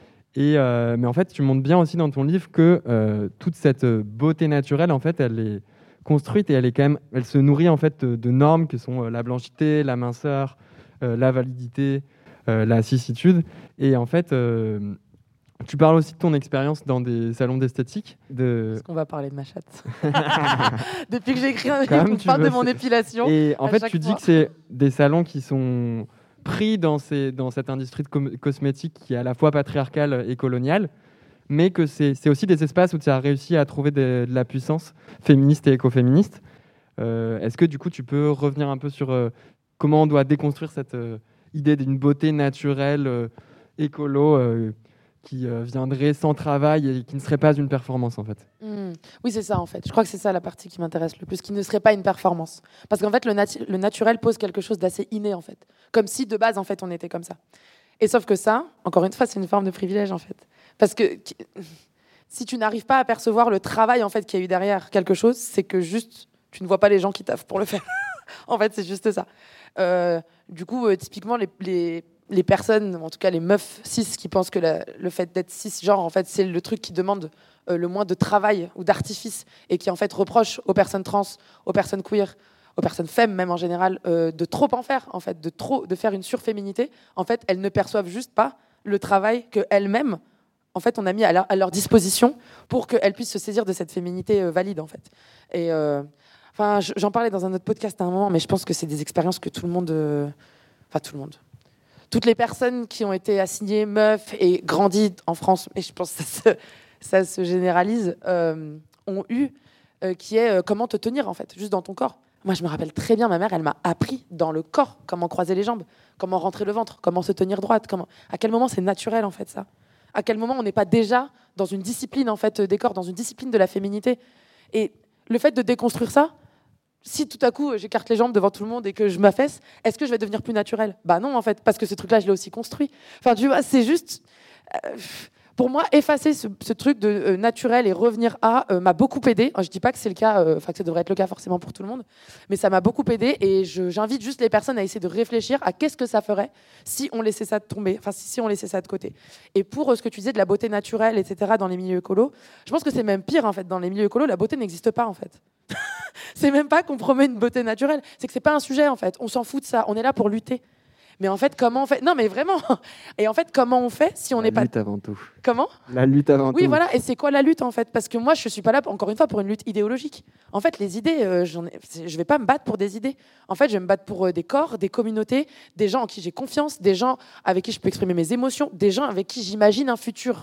Et euh, mais en fait, tu montres bien aussi dans ton livre que euh, toute cette beauté naturelle, en fait, elle est construite et elle est quand même, elle se nourrit en fait de, de normes que sont euh, la blanchité, la minceur, euh, la validité, euh, la cissitude. Et en fait, euh, tu parles aussi de ton expérience dans des salons d'esthétique. De... Est-ce qu'on va parler de ma chatte depuis que j'ai écrit un livre, on parle de mon épilation. Et en fait, tu fois. dis que c'est des salons qui sont pris dans, ces, dans cette industrie de com- cosmétique qui est à la fois patriarcale et coloniale, mais que c'est, c'est aussi des espaces où tu as réussi à trouver de, de la puissance féministe et écoféministe. Euh, est-ce que du coup tu peux revenir un peu sur euh, comment on doit déconstruire cette euh, idée d'une beauté naturelle, euh, écolo, euh, qui euh, viendrait sans travail et qui ne serait pas une performance en fait. Mmh. Oui, c'est ça en fait. Je crois que c'est ça la partie qui m'intéresse le plus, qui ne serait pas une performance. Parce qu'en fait, le, natu- le naturel pose quelque chose d'assez inné en fait. Comme si de base en fait on était comme ça. Et sauf que ça, encore une fois, c'est une forme de privilège en fait. Parce que si tu n'arrives pas à percevoir le travail en fait qu'il y a eu derrière quelque chose, c'est que juste tu ne vois pas les gens qui taffent pour le faire. En fait, c'est juste ça. Euh, du coup, euh, typiquement les, les les personnes, en tout cas les meufs cis, qui pensent que la, le fait d'être cisgenre, en fait, c'est le truc qui demande euh, le moins de travail ou d'artifice et qui en fait reproche aux personnes trans, aux personnes queer, aux personnes femmes même en général, euh, de trop en faire, en fait, de trop de faire une surféminité. En fait, elles ne perçoivent juste pas le travail que elles-mêmes, en fait, on a mis à, la, à leur disposition pour qu'elles puissent se saisir de cette féminité euh, valide, en fait. Et euh, enfin, j'en parlais dans un autre podcast à un moment, mais je pense que c'est des expériences que tout le monde, euh, enfin tout le monde. Toutes les personnes qui ont été assignées meufs et grandies en France, et je pense que ça se, ça se généralise, euh, ont eu, euh, qui est euh, comment te tenir en fait, juste dans ton corps. Moi, je me rappelle très bien, ma mère, elle m'a appris dans le corps comment croiser les jambes, comment rentrer le ventre, comment se tenir droite, comment... à quel moment c'est naturel en fait ça. À quel moment on n'est pas déjà dans une discipline en fait des corps, dans une discipline de la féminité. Et le fait de déconstruire ça, si tout à coup j'écarte les jambes devant tout le monde et que je m'affaisse, est-ce que je vais devenir plus naturelle ? Bah non en fait, parce que ce truc-là je l'ai aussi construit. Enfin tu vois, c'est juste euh, pour moi effacer ce, ce truc de euh, naturel et revenir à euh, m'a beaucoup aidé. Je dis pas que c'est le cas, enfin euh, que ça devrait être le cas forcément pour tout le monde, mais ça m'a beaucoup aidé et je, j'invite juste les personnes à essayer de réfléchir à qu'est-ce que ça ferait si on laissait ça de tomber, enfin si, si on laissait ça de côté. Et pour euh, ce que tu disais de la beauté naturelle, et cetera dans les milieux écolos, je pense que c'est même pire en fait. Dans les milieux écolos, la beauté n'existe pas en fait. C'est même pas qu'on promet une beauté naturelle, c'est que c'est pas un sujet en fait. On s'en fout de ça. On est là pour lutter. Mais en fait, comment on fait ? Non, mais vraiment. Et en fait, comment on fait si on n'est pas... La lutte avant tout. Comment ? La lutte avant oui, tout. Oui, voilà. Et c'est quoi la lutte, en fait ? Parce que moi, je suis pas là, encore une fois, pour une lutte idéologique. En fait, les idées, euh, j'en ai... je vais pas me battre pour des idées. En fait, je vais me battre pour euh, des corps, des communautés, des gens en qui j'ai confiance, des gens avec qui je peux exprimer mes émotions, des gens avec qui j'imagine un futur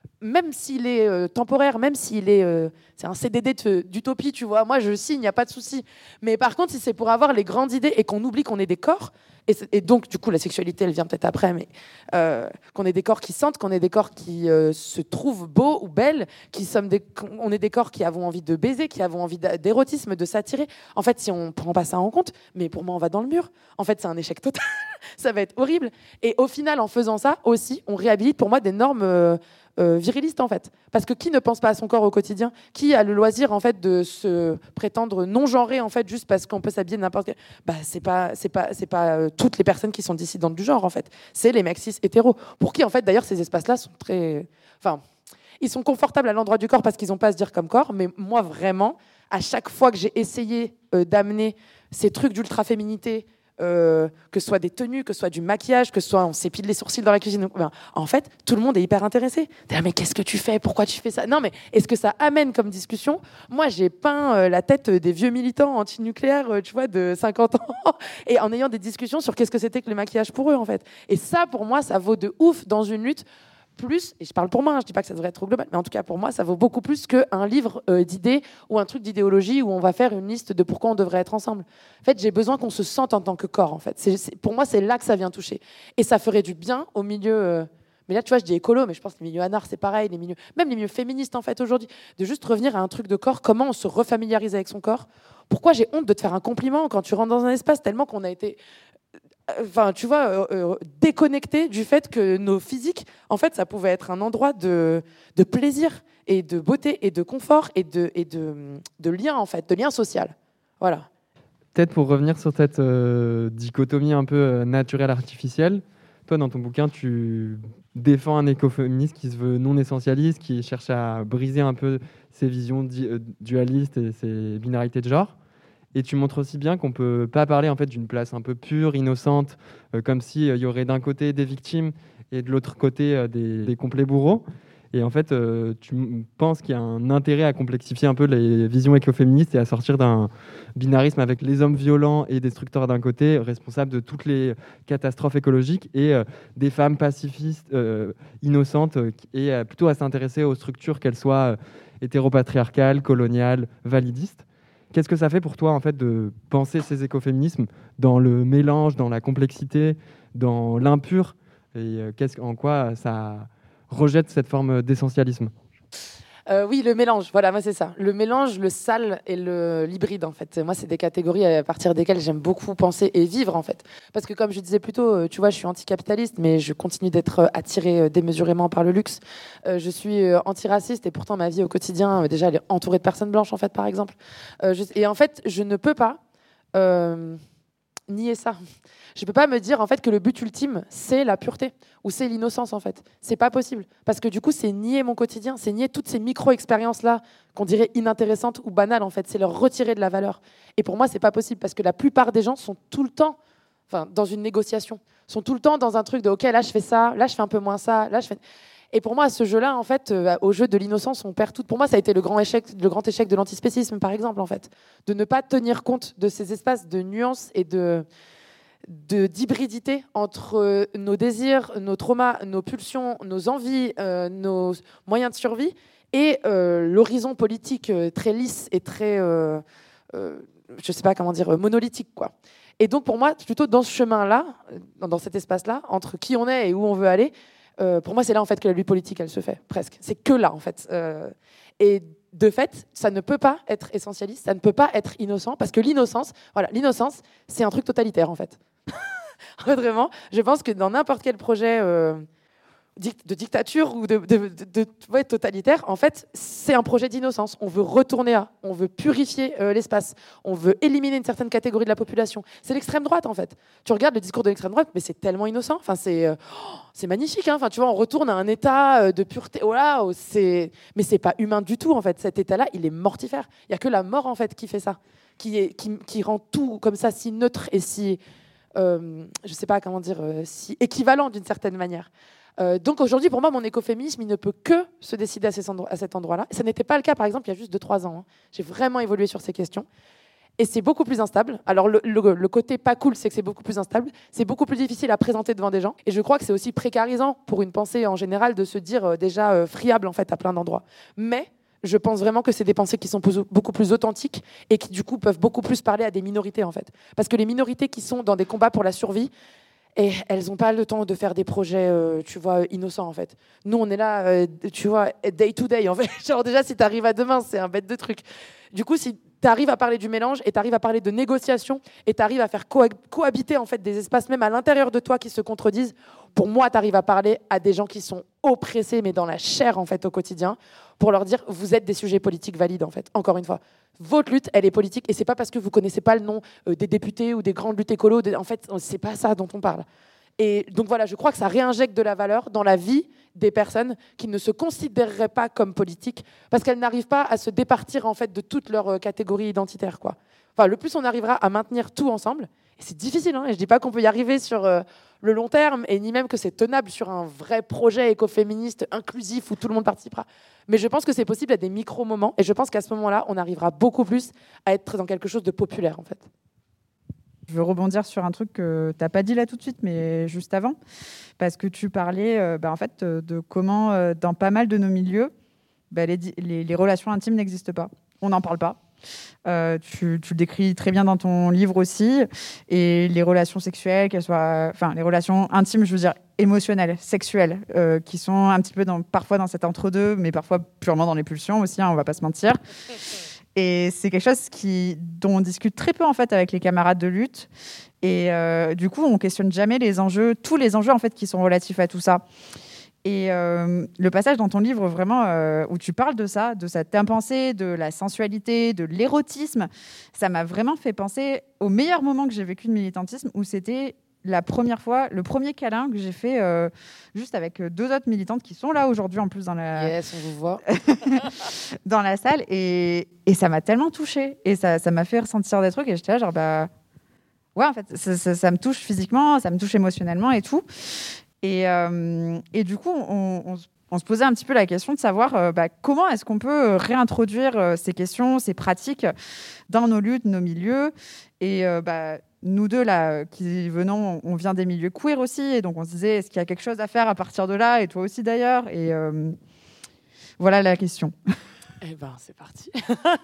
même s'il est euh, temporaire, même s'il est, euh, c'est un C D D de, d'utopie, tu vois, moi je signe, il n'y a pas de souci. Mais par contre, si c'est pour avoir les grandes idées et qu'on oublie qu'on est des corps, et, et donc du coup la sexualité elle vient peut-être après, mais euh, qu'on est des corps qui sentent, qu'on est des corps qui euh, se trouvent beaux ou belles, qui sommes des, on est des corps qui avons envie de baiser, qui avons envie d'érotisme, de s'attirer. En fait, si on ne prend pas ça en compte, mais pour moi on va dans le mur. En fait, c'est un échec total. Ça va être horrible. Et au final, en faisant ça aussi, on réhabilite pour moi des normes euh, Euh, viriliste en fait, parce que qui ne pense pas à son corps au quotidien, qui a le loisir en fait de se prétendre non genré en fait juste parce qu'on peut s'habiller de n'importe quel, bah c'est pas c'est pas c'est pas euh, toutes les personnes qui sont dissidentes du genre en fait, c'est les mecs cis hétéros pour qui en fait d'ailleurs ces espaces là sont très, enfin ils sont confortables à l'endroit du corps parce qu'ils n'ont pas à se dire comme corps, mais moi vraiment à chaque fois que j'ai essayé euh, d'amener ces trucs d'ultra féminité, Euh, que ce soit des tenues, que ce soit du maquillage, que ce soit on s'épile les sourcils dans la cuisine. Ben, en fait, tout le monde est hyper intéressé. Là, mais qu'est-ce que tu fais ? Pourquoi tu fais ça ? Non, mais est-ce que ça amène comme discussion ? Moi, j'ai peint euh, la tête des vieux militants antinucléaires, euh, tu vois, de cinquante ans, et en ayant des discussions sur qu'est-ce que c'était que le maquillage pour eux, en fait. Et ça, pour moi, ça vaut de ouf dans une lutte. Plus, et je parle pour moi, hein, je dis pas que ça devrait être trop global, mais en tout cas pour moi ça vaut beaucoup plus qu'un livre euh, d'idées ou un truc d'idéologie où on va faire une liste de pourquoi on devrait être ensemble. En fait, j'ai besoin qu'on se sente en tant que corps. En fait, c'est, c'est, pour moi c'est là que ça vient toucher, et ça ferait du bien au milieu. Euh, mais là, tu vois, je dis écolo, mais je pense que les milieux anards c'est pareil, les milieux, même les milieux féministes en fait aujourd'hui, de juste revenir à un truc de corps. Comment on se refamiliarise avec son corps ? Pourquoi j'ai honte de te faire un compliment quand tu rentres dans un espace tellement qu'on a été Enfin, tu vois, euh, euh, déconnecté du fait que nos physiques, en fait, ça pouvait être un endroit de, de plaisir et de beauté et de confort et de, et de, de lien, en fait, de lien social. Voilà. Peut-être pour revenir sur cette euh, dichotomie un peu euh, naturelle-artificielle, toi, dans ton bouquin, tu défends un écoféministe qui se veut non essentialiste, qui cherche à briser un peu ses visions di- euh, dualistes et ses binarités de genre. Et tu montres aussi bien qu'on ne peut pas parler en fait, d'une place un peu pure, innocente, euh, comme s'il euh, y aurait d'un côté des victimes et de l'autre côté euh, des, des complets bourreaux. Et en fait, euh, tu m- penses qu'il y a un intérêt à complexifier un peu les visions écoféministes et à sortir d'un binarisme avec les hommes violents et destructeurs d'un côté, responsables de toutes les catastrophes écologiques, et euh, des femmes pacifistes, euh, innocentes, euh, et euh, plutôt à s'intéresser aux structures, qu'elles soient euh, hétéropatriarcales, coloniales, validistes. Qu'est-ce que ça fait pour toi en fait de penser ces écoféminismes dans le mélange, dans la complexité, dans l'impur, et euh, qu'est-ce, en quoi ça rejette cette forme d'essentialisme ? Euh, oui, le mélange, voilà, moi c'est ça. Le mélange, le sale et le, l'hybride, en fait. Moi, c'est des catégories à partir desquelles j'aime beaucoup penser et vivre, en fait. Parce que comme je disais plus tôt, tu vois, je suis anticapitaliste, mais je continue d'être attirée démesurément par le luxe. Euh, je suis antiraciste et pourtant ma vie au quotidien, déjà, elle est entourée de personnes blanches, en fait, par exemple. Euh, je, et en fait, je ne peux pas euh, nier ça. Je peux pas me dire en fait que le but ultime c'est la pureté ou c'est l'innocence en fait. C'est pas possible parce que du coup c'est nier mon quotidien, c'est nier toutes ces micro-expériences là qu'on dirait inintéressantes ou banales en fait. C'est leur retirer de la valeur. Et pour moi c'est pas possible parce que la plupart des gens sont tout le temps, enfin dans une négociation, sont tout le temps dans un truc de ok là je fais ça, là je fais un peu moins ça, là je fais. Et pour moi, à ce jeu-là, en fait, euh, au jeu de l'innocence, on perd tout. Pour moi, ça a été le grand échec, le grand échec de l'antispécisme, par exemple, en fait, de ne pas tenir compte de ces espaces de nuances et de de d'hybridité entre nos désirs, nos traumas, nos pulsions, nos envies, euh, nos moyens de survie et euh, l'horizon politique euh, très lisse et très, euh, euh, je sais pas comment dire, monolithique, quoi. Et donc pour moi, plutôt dans ce chemin-là, dans cet espace-là, entre qui on est et où on veut aller, euh, pour moi c'est là en fait que la lutte politique elle se fait, presque. C'est que là en fait. Euh, et de fait, ça ne peut pas être essentialiste, ça ne peut pas être innocent, parce que l'innocence, voilà, l'innocence, c'est un truc totalitaire en fait. Vraiment, je pense que dans n'importe quel projet euh, de dictature ou de, de, de, de, de ouais, totalitaire, en fait, c'est un projet d'innocence. On veut retourner à, on veut purifier euh, l'espace, on veut éliminer une certaine catégorie de la population. C'est l'extrême droite, en fait. Tu regardes le discours de l'extrême droite, mais c'est tellement innocent. Enfin, c'est, euh, oh, c'est magnifique. Hein. Enfin, tu vois, on retourne à un état euh, de pureté. Oh là, oh, c'est, mais c'est pas humain du tout, en fait. Cet état-là, il est mortifère. Il y a que la mort, en fait, qui fait ça, qui est, qui, qui rend tout comme ça si neutre et si Euh, je ne sais pas comment dire, euh, si équivalent d'une certaine manière. Euh, donc aujourd'hui, pour moi, mon écoféminisme, il ne peut que se décider à, ces endro- à cet endroit-là. Et ça n'était pas le cas, par exemple, il y a juste deux trois ans. Hein. J'ai vraiment évolué sur ces questions. Et c'est beaucoup plus instable. Alors, le, le, le côté pas cool, c'est que c'est beaucoup plus instable. C'est beaucoup plus difficile à présenter devant des gens. Et je crois que c'est aussi précarisant pour une pensée en général de se dire euh, déjà euh, friable en fait à plein d'endroits. Mais je pense vraiment que c'est des pensées qui sont beaucoup plus authentiques et qui du coup peuvent beaucoup plus parler à des minorités en fait. Parce que les minorités qui sont dans des combats pour la survie, et elles n'ont pas le temps de faire des projets, euh, tu vois, innocents en fait. Nous, on est là, euh, tu vois, day to day en fait. Genre déjà, si tu arrives à demain, c'est un bête de truc. Du coup, si tu arrives à parler du mélange et tu arrives à parler de négociation et tu arrives à faire co- cohabiter en fait des espaces même à l'intérieur de toi qui se contredisent, pour moi, tu arrives à parler à des gens qui sont oppressés, mais dans la chair en fait au quotidien, pour leur dire vous êtes des sujets politiques valides en fait. Encore une fois, votre lutte, elle est politique et c'est pas parce que vous connaissez pas le nom euh, des députés ou des grandes luttes écolo. De... En fait, c'est pas ça dont on parle. Et donc voilà, je crois que ça réinjecte de la valeur dans la vie des personnes qui ne se considéreraient pas comme politiques parce qu'elles n'arrivent pas à se départir en fait de toutes leurs catégories identitaires, quoi. Enfin, le plus on arrivera à maintenir tout ensemble, et c'est difficile, hein, et je dis pas qu'on peut y arriver sur euh, le long terme, et ni même que c'est tenable sur un vrai projet écoféministe inclusif où tout le monde participera. Mais je pense que c'est possible à des micro-moments, et je pense qu'à ce moment-là, on arrivera beaucoup plus à être dans quelque chose de populaire, en fait. Je veux rebondir sur un truc que tu n'as pas dit là tout de suite, mais juste avant, parce que tu parlais euh, bah, en fait, de comment, euh, dans pas mal de nos milieux, bah, les, les, les relations intimes n'existent pas. On n'en parle pas. Euh, tu, tu le décris très bien dans ton livre aussi. Et les relations sexuelles, qu'elles soient, enfin, les relations intimes, je veux dire émotionnelles, sexuelles, euh, qui sont un petit peu dans, parfois dans cet entre-deux, mais parfois purement dans les pulsions aussi, hein, on ne va pas se mentir. Et c'est quelque chose qui, dont on discute très peu en fait avec les camarades de lutte. Et euh, du coup, on questionne jamais les enjeux, tous les enjeux en fait qui sont relatifs à tout ça. Et euh, le passage dans ton livre vraiment euh, où tu parles de ça, de cette impensée, de la sensualité, de l'érotisme, ça m'a vraiment fait penser au meilleur moment que j'ai vécu de militantisme, où c'était la première fois, le premier câlin que j'ai fait euh, juste avec deux autres militantes qui sont là aujourd'hui en plus dans la, yes, on vous voit. dans la salle. Et, et ça m'a tellement touchée. Et ça, ça m'a fait ressentir des trucs. Et j'étais là genre, bah... Ouais, en fait, ça, ça, ça me touche physiquement, ça me touche émotionnellement et tout. Et, euh, et du coup, on, on, on se posait un petit peu la question de savoir euh, bah, comment est-ce qu'on peut réintroduire euh, ces questions, ces pratiques dans nos luttes, nos milieux. Et euh, bah, nous deux, là, qui venons, on vient des milieux queer aussi. Et donc, on se disait, est-ce qu'il y a quelque chose à faire à partir de là? Et toi aussi, d'ailleurs. Et euh, voilà la question. Eh ben, c'est parti.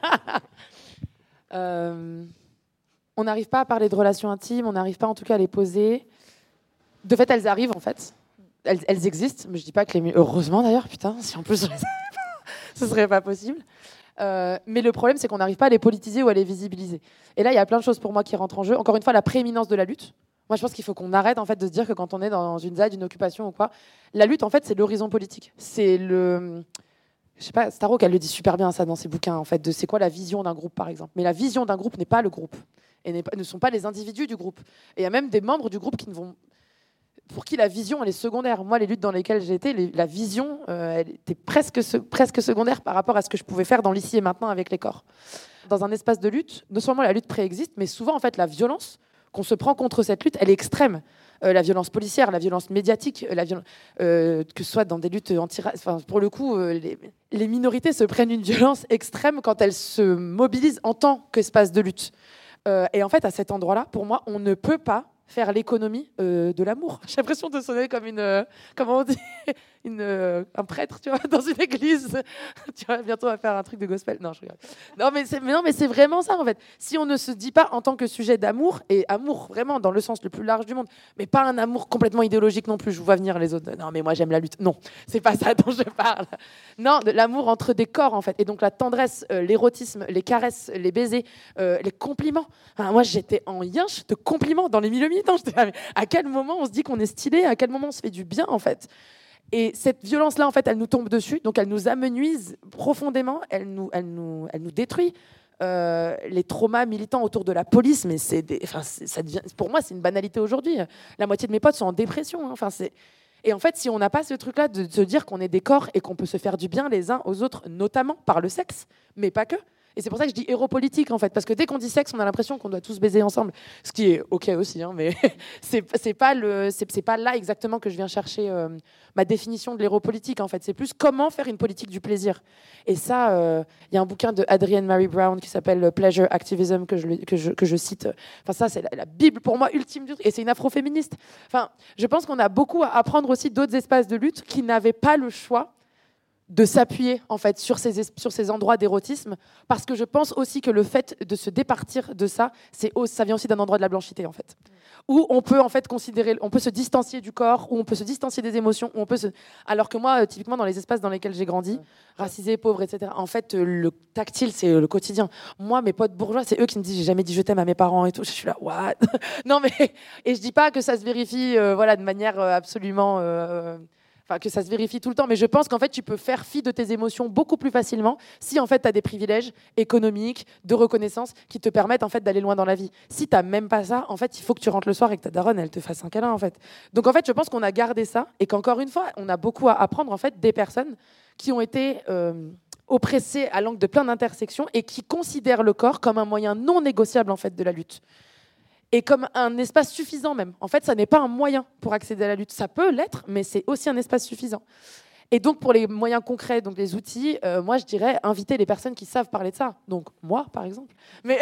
euh, on n'arrive pas à parler de relations intimes, on n'arrive pas en tout cas à les poser. De fait, elles arrivent, en fait. Elles, elles existent, mais je dis pas que les milieux... Heureusement, d'ailleurs, putain, si en plus, je les avais pas, ce serait pas possible. Euh, mais le problème, c'est qu'on n'arrive pas à les politiser ou à les visibiliser. Et là, il y a plein de choses pour moi qui rentrent en jeu. Encore une fois, la prééminence de la lutte. Moi, je pense qu'il faut qu'on arrête en fait, de se dire que quand on est dans une Z A D, une occupation ou quoi, la lutte, en fait, c'est l'horizon politique. C'est le... Je sais pas, Starhawk, elle le dit super bien, ça, dans ses bouquins, en fait, de c'est quoi la vision d'un groupe, par exemple. Mais la vision d'un groupe n'est pas le groupe. Et n'est pas, ne sont pas les individus du groupe. Et il y a même des membres du groupe qui ne vont... pour qui la vision, elle est secondaire. Moi, les luttes dans lesquelles j'ai été, les, la vision, euh, elle était presque, se, presque secondaire par rapport à ce que je pouvais faire dans l'ici et maintenant avec les corps. Dans un espace de lutte, non seulement la lutte préexiste, mais souvent, en fait, la violence qu'on se prend contre cette lutte, elle est extrême. Euh, la violence policière, la violence médiatique, la viol... euh, que ce soit dans des luttes anti... Enfin, pour le coup, euh, les, les minorités se prennent une violence extrême quand elles se mobilisent en tant qu'espace de lutte. Euh, et en fait, à cet endroit-là, pour moi, on ne peut pas faire l'économie euh, de l'amour. J'ai l'impression de sonner comme une, euh, comment on dit, une, euh, un prêtre, tu vois, dans une église. Tu vois, bientôt on va faire un truc de gospel. Non, je rigole. Non, mais c'est, mais non, mais c'est vraiment ça en fait. Si on ne se dit pas en tant que sujet d'amour, et amour vraiment dans le sens le plus large du monde, mais pas un amour complètement idéologique non plus. Je vous vois venir les autres. Non, mais moi j'aime la lutte. Non, c'est pas ça dont je parle. Non, de l'amour entre des corps en fait, et donc la tendresse, euh, l'érotisme, les caresses, les baisers, euh, les compliments. Enfin, moi j'étais en yinche de compliments dans les milieux militants. J'étais là, mais à quel moment on se dit qu'on est stylé? À quel moment on se fait du bien en fait? Et cette violence-là, en fait, elle nous tombe dessus, donc elle nous amenuise profondément, elle nous, elle nous, elle nous détruit. Euh, les traumas militants autour de la police, mais c'est, des, enfin, c'est, ça devient, pour moi, c'est une banalité aujourd'hui. La moitié de mes potes sont en dépression. Hein. Enfin, c'est... Et en fait, si on n'a pas ce truc-là de se dire qu'on est des corps et qu'on peut se faire du bien les uns aux autres, notamment par le sexe, mais pas que. Et c'est pour ça que je dis héros politique, en fait. Parce que dès qu'on dit sexe, on a l'impression qu'on doit tous baiser ensemble. Ce qui est OK aussi, hein, mais c'est, c'est, pas le, c'est, c'est pas là exactement que je viens chercher euh, ma définition de l'héros politique, en fait. C'est plus comment faire une politique du plaisir. Et ça, il euh, y a un bouquin de Adrienne Mary Brown qui s'appelle Pleasure Activism, que je, que je, que je cite. Enfin, ça, c'est la, la Bible pour moi ultime du truc. Et c'est une afroféministe. Enfin, je pense qu'on a beaucoup à apprendre aussi d'autres espaces de lutte qui n'avaient pas le choix de s'appuyer en fait sur ces, sur ces endroits d'érotisme, parce que je pense aussi que le fait de se départir de ça, c'est, ça vient aussi d'un endroit de la blanchité en fait, où on peut en fait considérer, on peut se distancier du corps, où on peut se distancier des émotions, où on peut se... alors que moi, typiquement dans les espaces dans lesquels j'ai grandi, racisé, pauvre, et cetera, en fait, le tactile, c'est le quotidien. Moi, mes potes bourgeois, c'est eux qui me disent, j'ai jamais dit je t'aime à mes parents et tout. Je suis là, what? Non mais, et je dis pas que ça se vérifie, euh, voilà, de manière euh, absolument... Euh, Enfin, que ça se vérifie tout le temps, mais je pense qu'en fait, tu peux faire fi de tes émotions beaucoup plus facilement si en fait, tu as des privilèges économiques, de reconnaissance qui te permettent en fait, d'aller loin dans la vie. Si tu n'as même pas ça, en fait, il faut que tu rentres le soir et que ta daronne, elle te fasse un câlin. En fait. Donc en fait, je pense qu'on a gardé ça et qu'encore une fois, on a beaucoup à apprendre en fait, des personnes qui ont été euh, oppressées à l'angle de plein d'intersections et qui considèrent le corps comme un moyen non négociable en fait, de la lutte. Et comme un espace suffisant même. En fait, ça n'est pas un moyen pour accéder à la lutte. Ça peut l'être, mais c'est aussi un espace suffisant. Et donc, pour les moyens concrets, donc les outils, euh, moi, je dirais inviter les personnes qui savent parler de ça. Donc, moi, par exemple. Mais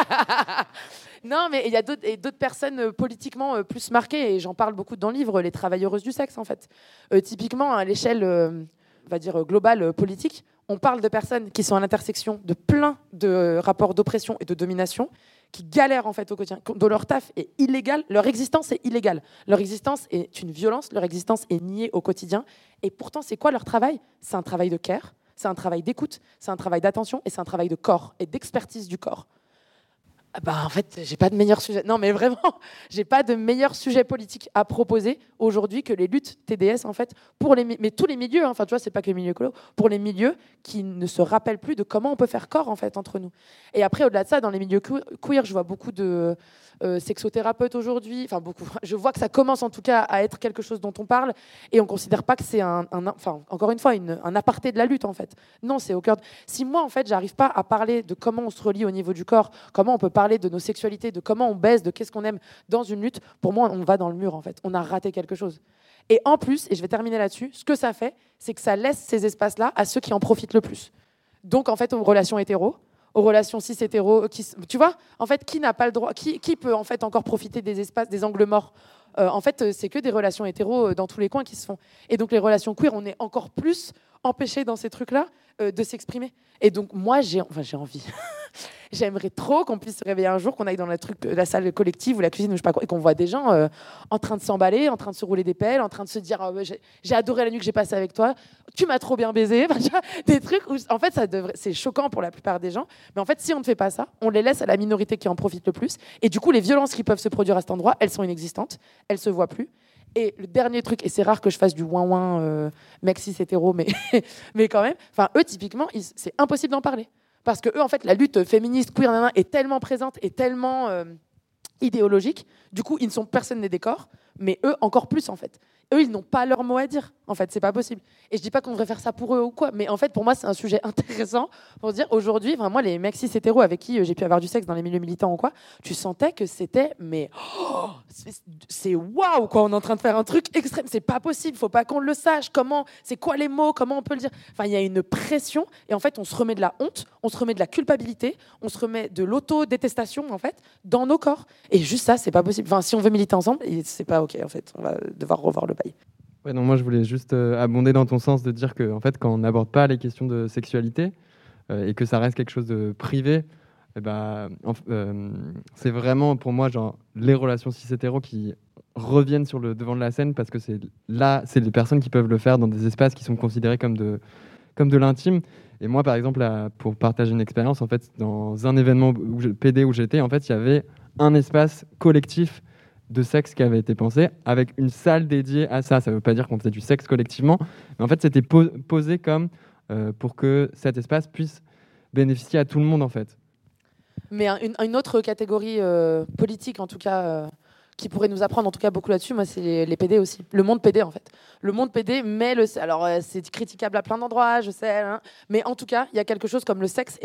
non, mais il y a d'autres, et d'autres personnes euh, politiquement euh, plus marquées, et j'en parle beaucoup dans le livre, les travailleuses du sexe, en fait. Euh, typiquement, à l'échelle, euh, on va dire, globale euh, politique, on parle de personnes qui sont à l'intersection de plein de euh, rapports d'oppression et de domination, qui galèrent en fait au quotidien, dont leur taf est illégal, leur existence est illégale. Leur existence est une violence, leur existence est niée au quotidien. Et pourtant, c'est quoi leur travail? C'est un travail de care, c'est un travail d'écoute, c'est un travail d'attention et c'est un travail de corps et d'expertise du corps. Bah, en fait, j'ai pas de meilleur sujet. Non, mais vraiment, j'ai pas de meilleur sujet politique à proposer aujourd'hui que les luttes T D S, en fait, pour les, mais tous les milieux. Hein, enfin, tu vois, c'est pas que les milieux écolos, pour les milieux qui ne se rappellent plus de comment on peut faire corps, en fait, entre nous. Et après, au-delà de ça, dans les milieux queer, je vois beaucoup de euh, sexothérapeutes aujourd'hui. Enfin, beaucoup. Je vois que ça commence, en tout cas, à être quelque chose dont on parle, et on considère pas que c'est un, un enfin, encore une fois, une, un aparté de la lutte, en fait. Non, c'est au cœur. De... Si moi, en fait, j'arrive pas à parler de comment on se relie au niveau du corps, comment on peut parler de nos sexualités, de comment on baisse, de qu'est-ce qu'on aime dans une lutte, pour moi, on va dans le mur, en fait. On a raté quelque chose. Et en plus, et je vais terminer là-dessus, ce que ça fait, c'est que ça laisse ces espaces-là à ceux qui en profitent le plus. Donc, en fait, aux relations hétéros, aux relations cis-hétéros, qui, tu vois, en fait, qui n'a pas le droit, qui, qui peut en fait encore profiter des espaces, des angles morts? euh, En fait, c'est que des relations hétéros dans tous les coins qui se font. Et donc, les relations queer, on est encore plus empêchés dans ces trucs-là euh, de s'exprimer. Et donc, moi, j'ai, enfin, j'ai envie. J'aimerais trop qu'on puisse se réveiller un jour, qu'on aille dans la, truc, la salle collective ou la cuisine ou je sais pas quoi, et qu'on voit des gens euh, en train de s'emballer, en train de se rouler des pelles, en train de se dire oh, j'ai, j'ai adoré la nuit que j'ai passée avec toi, tu m'as trop bien baisé, enfin, des trucs où en fait ça devrait, c'est choquant pour la plupart des gens, mais en fait si on ne fait pas ça, on les laisse à la minorité qui en profite le plus, et du coup les violences qui peuvent se produire à cet endroit, elles sont inexistantes, elles se voient plus. Et le dernier truc, et c'est rare que je fasse du ouin-ouin euh, mec cis hétéro, mais, mais quand même, enfin eux typiquement, ils, c'est impossible d'en parler. Parce que eux, en fait, la lutte féministe, queer, nanana, est tellement présente et tellement euh, idéologique. Du coup, ils ne sont personne n'est des corps, mais eux, encore plus, en fait. Eux, ils n'ont pas leur mot à dire. En fait, c'est pas possible. Et je dis pas qu'on devrait faire ça pour eux ou quoi, mais en fait, pour moi, c'est un sujet intéressant pour dire aujourd'hui, vraiment, les mecs cis hétéros avec qui j'ai pu avoir du sexe dans les milieux militants ou quoi, tu sentais que c'était, mais oh, c'est, c'est waouh, quoi. On est en train de faire un truc extrême. C'est pas possible. Faut pas qu'on le sache. Comment, c'est quoi les mots? Comment on peut le dire? Enfin, il y a une pression. Et en fait, on se remet de la honte, on se remet de la culpabilité, on se remet de l'auto-détestation, en fait, dans nos corps. Et juste ça, c'est pas possible. Enfin, si on veut militer ensemble, c'est pas ok. En fait, on va devoir revoir le bail. Ouais, non, moi je voulais juste euh, abonder dans ton sens de dire que en fait, quand on n'aborde pas les questions de sexualité euh, et que ça reste quelque chose de privé, eh ben, euh, c'est vraiment pour moi genre, les relations cis-hétéros qui reviennent sur le devant de la scène parce que c'est là, c'est les personnes qui peuvent le faire dans des espaces qui sont considérés comme de, comme de l'intime. Et moi, par exemple, là, pour partager une expérience, en fait, dans un événement où je, P D où j'étais, en fait, il y avait un espace collectif de sexe qui avait été pensé avec une salle dédiée à ça. Ça ne veut pas dire qu'on faisait du sexe collectivement, mais en fait, c'était po- posé comme euh, pour que cet espace puisse bénéficier à tout le monde, en fait. Mais une, une autre catégorie euh, politique, en tout cas, euh, qui pourrait nous apprendre, en tout cas, beaucoup là-dessus, moi, c'est les, les P D aussi. Le monde P D, en fait. Le monde P D, mais le, alors euh, c'est critiquable à plein d'endroits, je sais, hein, mais en tout cas, il y a quelque chose comme le sexe est là.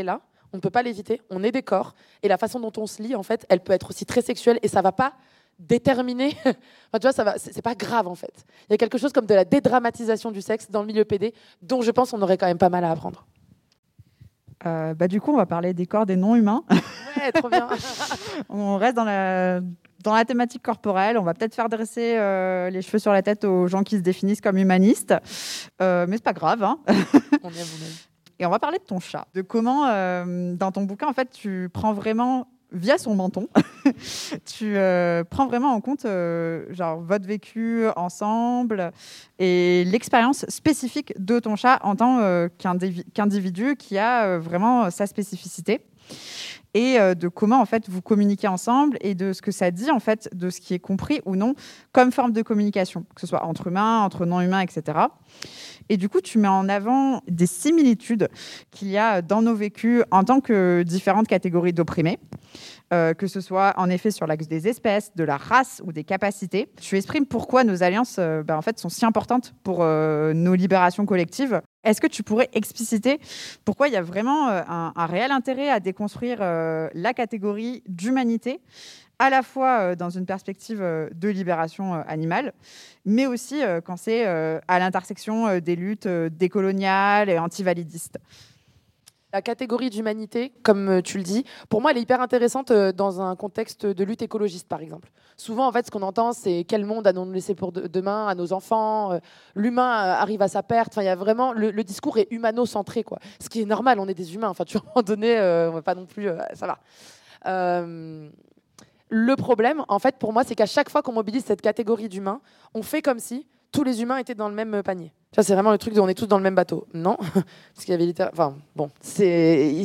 on ne peut pas l'éviter, on est des corps, et la façon dont on se lie, en fait, elle peut être aussi très sexuelle, et ça ne va pas déterminer, enfin, tu vois, ça va, c'est, c'est pas grave, en fait. Il y a quelque chose comme de la dédramatisation du sexe dans le milieu pédé, dont je pense qu'on aurait quand même pas mal à apprendre. Euh, bah, du coup, on va parler des corps des non-humains. Ouais, trop bien. On reste dans la, dans la thématique corporelle. On va peut-être faire dresser euh, les cheveux sur la tête aux gens qui se définissent comme humanistes. Euh, mais c'est pas grave. Hein. On aime, on aime. Et on va parler de ton chat. De comment, euh, dans ton bouquin, en fait, tu prends vraiment, via son menton, tu euh, prends vraiment en compte euh, genre, votre vécu ensemble et l'expérience spécifique de ton chat en tant euh, qu'individu, qu'individu qui a euh, vraiment sa spécificité. Et euh, de comment en fait vous communiquez ensemble et de ce que ça dit en fait de ce qui est compris ou non comme forme de communication, que ce soit entre humains, entre non-humains, et cetera. Et du coup, tu mets en avant des similitudes qu'il y a dans nos vécus en tant que différentes catégories d'opprimés, euh, que ce soit en effet sur l'axe des espèces, de la race ou des capacités. Tu exprimes pourquoi nos alliances euh, bah, en fait, sont si importantes pour euh, nos libérations collectives. Est-ce que tu pourrais expliciter pourquoi il y a vraiment euh, un, un réel intérêt à déconstruire euh, la catégorie d'humanité, à la fois euh, dans une perspective euh, de libération euh, animale, mais aussi euh, quand c'est euh, à l'intersection euh, des luttes euh, décoloniales et antivalidistes? La catégorie d'humanité, comme tu le dis, pour moi, elle est hyper intéressante dans un contexte de lutte écologiste, par exemple. Souvent, en fait, ce qu'on entend, c'est quel monde allons-nous laisser pour de- demain à nos enfants. L'humain arrive à sa perte. Enfin, il y a vraiment le, le discours est humano-centré, quoi. Ce qui est normal, on est des humains. Enfin, tu vois, à un moment donné, euh, on va pas non plus, euh, ça va. Euh, le problème, en fait, pour moi, c'est qu'à chaque fois qu'on mobilise cette catégorie d'humains, on fait comme si tous les humains étaient dans le même panier. Ça, c'est vraiment le truc de on est tous dans le même bateau. Non, parce qu'il y avait littéralement... Enfin, bon, c'est...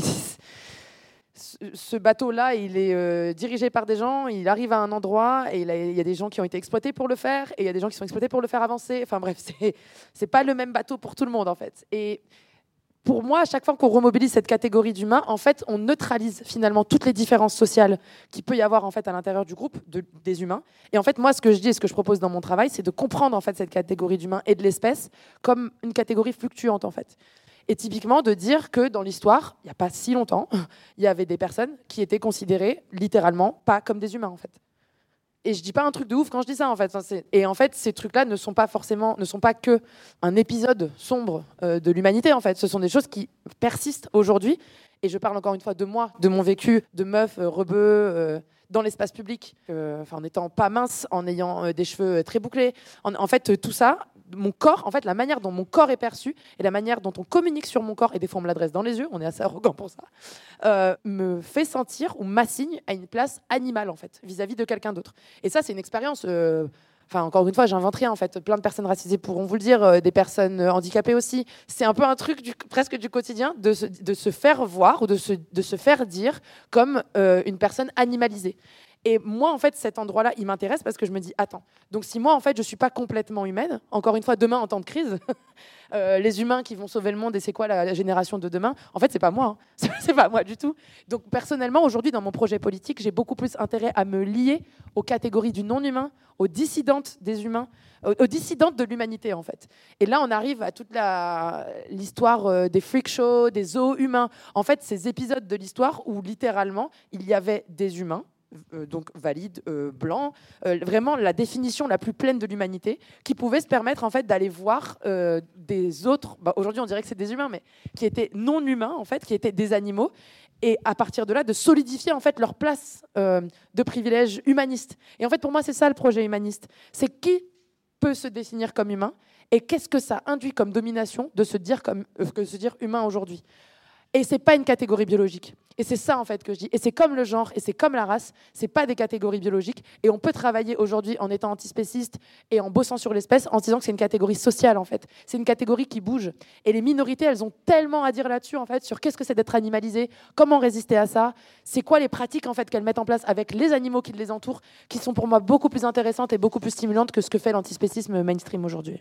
Ce bateau-là, il est euh, dirigé par des gens, il arrive à un endroit, et il, a, il y a des gens qui ont été exploités pour le faire, et il y a des gens qui sont exploités pour le faire avancer. Enfin bref, c'est, c'est pas le même bateau pour tout le monde, en fait. Et pour moi, à chaque fois qu'on remobilise cette catégorie d'humains, en fait, on neutralise finalement toutes les différences sociales qu'il peut y avoir en fait à l'intérieur du groupe de, des humains. Et en fait, moi, ce que je dis et ce que je propose dans mon travail, c'est de comprendre en fait cette catégorie d'humains et de l'espèce comme une catégorie fluctuante en fait. Et typiquement de dire que dans l'histoire, il n'y a pas si longtemps, il y avait des personnes qui étaient considérées littéralement pas comme des humains en fait. Et je dis pas un truc de ouf quand je dis ça en fait. Et en fait, ces trucs-là ne sont pas forcément, ne sont pas que un épisode sombre euh, de l'humanité en fait. Ce sont des choses qui persistent aujourd'hui. Et je parle encore une fois de moi, de mon vécu de meuf euh, rebeu euh, dans l'espace public, euh, enfin en étant pas mince, en ayant euh, des cheveux euh, très bouclés. En, en fait, euh, tout ça, mon corps, en fait, la manière dont mon corps est perçu et la manière dont on communique sur mon corps, et des fois on me l'adresse dans les yeux, on est assez arrogant pour ça, euh, me fait sentir ou m'assigne à une place animale en fait, vis-à-vis de quelqu'un d'autre. Et ça, c'est une expérience. Euh, Enfin, encore une fois, j'invente rien en fait. Plein de personnes racisées pourront vous le dire, euh, des personnes euh, handicapées aussi. C'est un peu un truc du, presque du quotidien de se, de se faire voir ou de se, de se faire dire comme euh, une personne animalisée. Et moi, en fait, cet endroit-là, il m'intéresse parce que je me dis, attends, donc si moi, en fait, je suis pas complètement humaine, encore une fois, demain, en temps de crise, euh, les humains qui vont sauver le monde et c'est quoi la, la génération de demain, en fait, c'est pas moi, hein. C'est pas moi du tout. Donc, personnellement, aujourd'hui, dans mon projet politique, j'ai beaucoup plus intérêt à me lier aux catégories du non-humain, aux dissidentes des humains, aux, aux dissidentes de l'humanité, en fait. Et là, on arrive à toute la, l'histoire euh, des freak shows, des zoos humains. En fait, ces épisodes de l'histoire où, littéralement, il y avait des humains, Euh, donc valide, euh, blanc, euh, vraiment la définition la plus pleine de l'humanité, qui pouvait se permettre en fait d'aller voir euh, des autres. Bah, aujourd'hui, on dirait que c'est des humains, mais qui étaient non humains en fait, qui étaient des animaux, et à partir de là, de solidifier en fait leur place euh, de privilège humaniste. Et en fait, pour moi, c'est ça le projet humaniste. C'est qui peut se définir comme humain, et qu'est-ce que ça induit comme domination de se dire comme euh, que se dire humain aujourd'hui. Et c'est pas une catégorie biologique. Et c'est ça en fait que je dis. Et c'est comme le genre, et c'est comme la race, c'est pas des catégories biologiques. Et on peut travailler aujourd'hui en étant antispéciste et en bossant sur l'espèce en se disant que c'est une catégorie sociale en fait. C'est une catégorie qui bouge. Et les minorités, elles ont tellement à dire là-dessus en fait, sur qu'est-ce que c'est d'être animalisé, comment résister à ça, c'est quoi les pratiques en fait qu'elles mettent en place avec les animaux qui les entourent, qui sont pour moi beaucoup plus intéressantes et beaucoup plus stimulantes que ce que fait l'antispécisme mainstream aujourd'hui.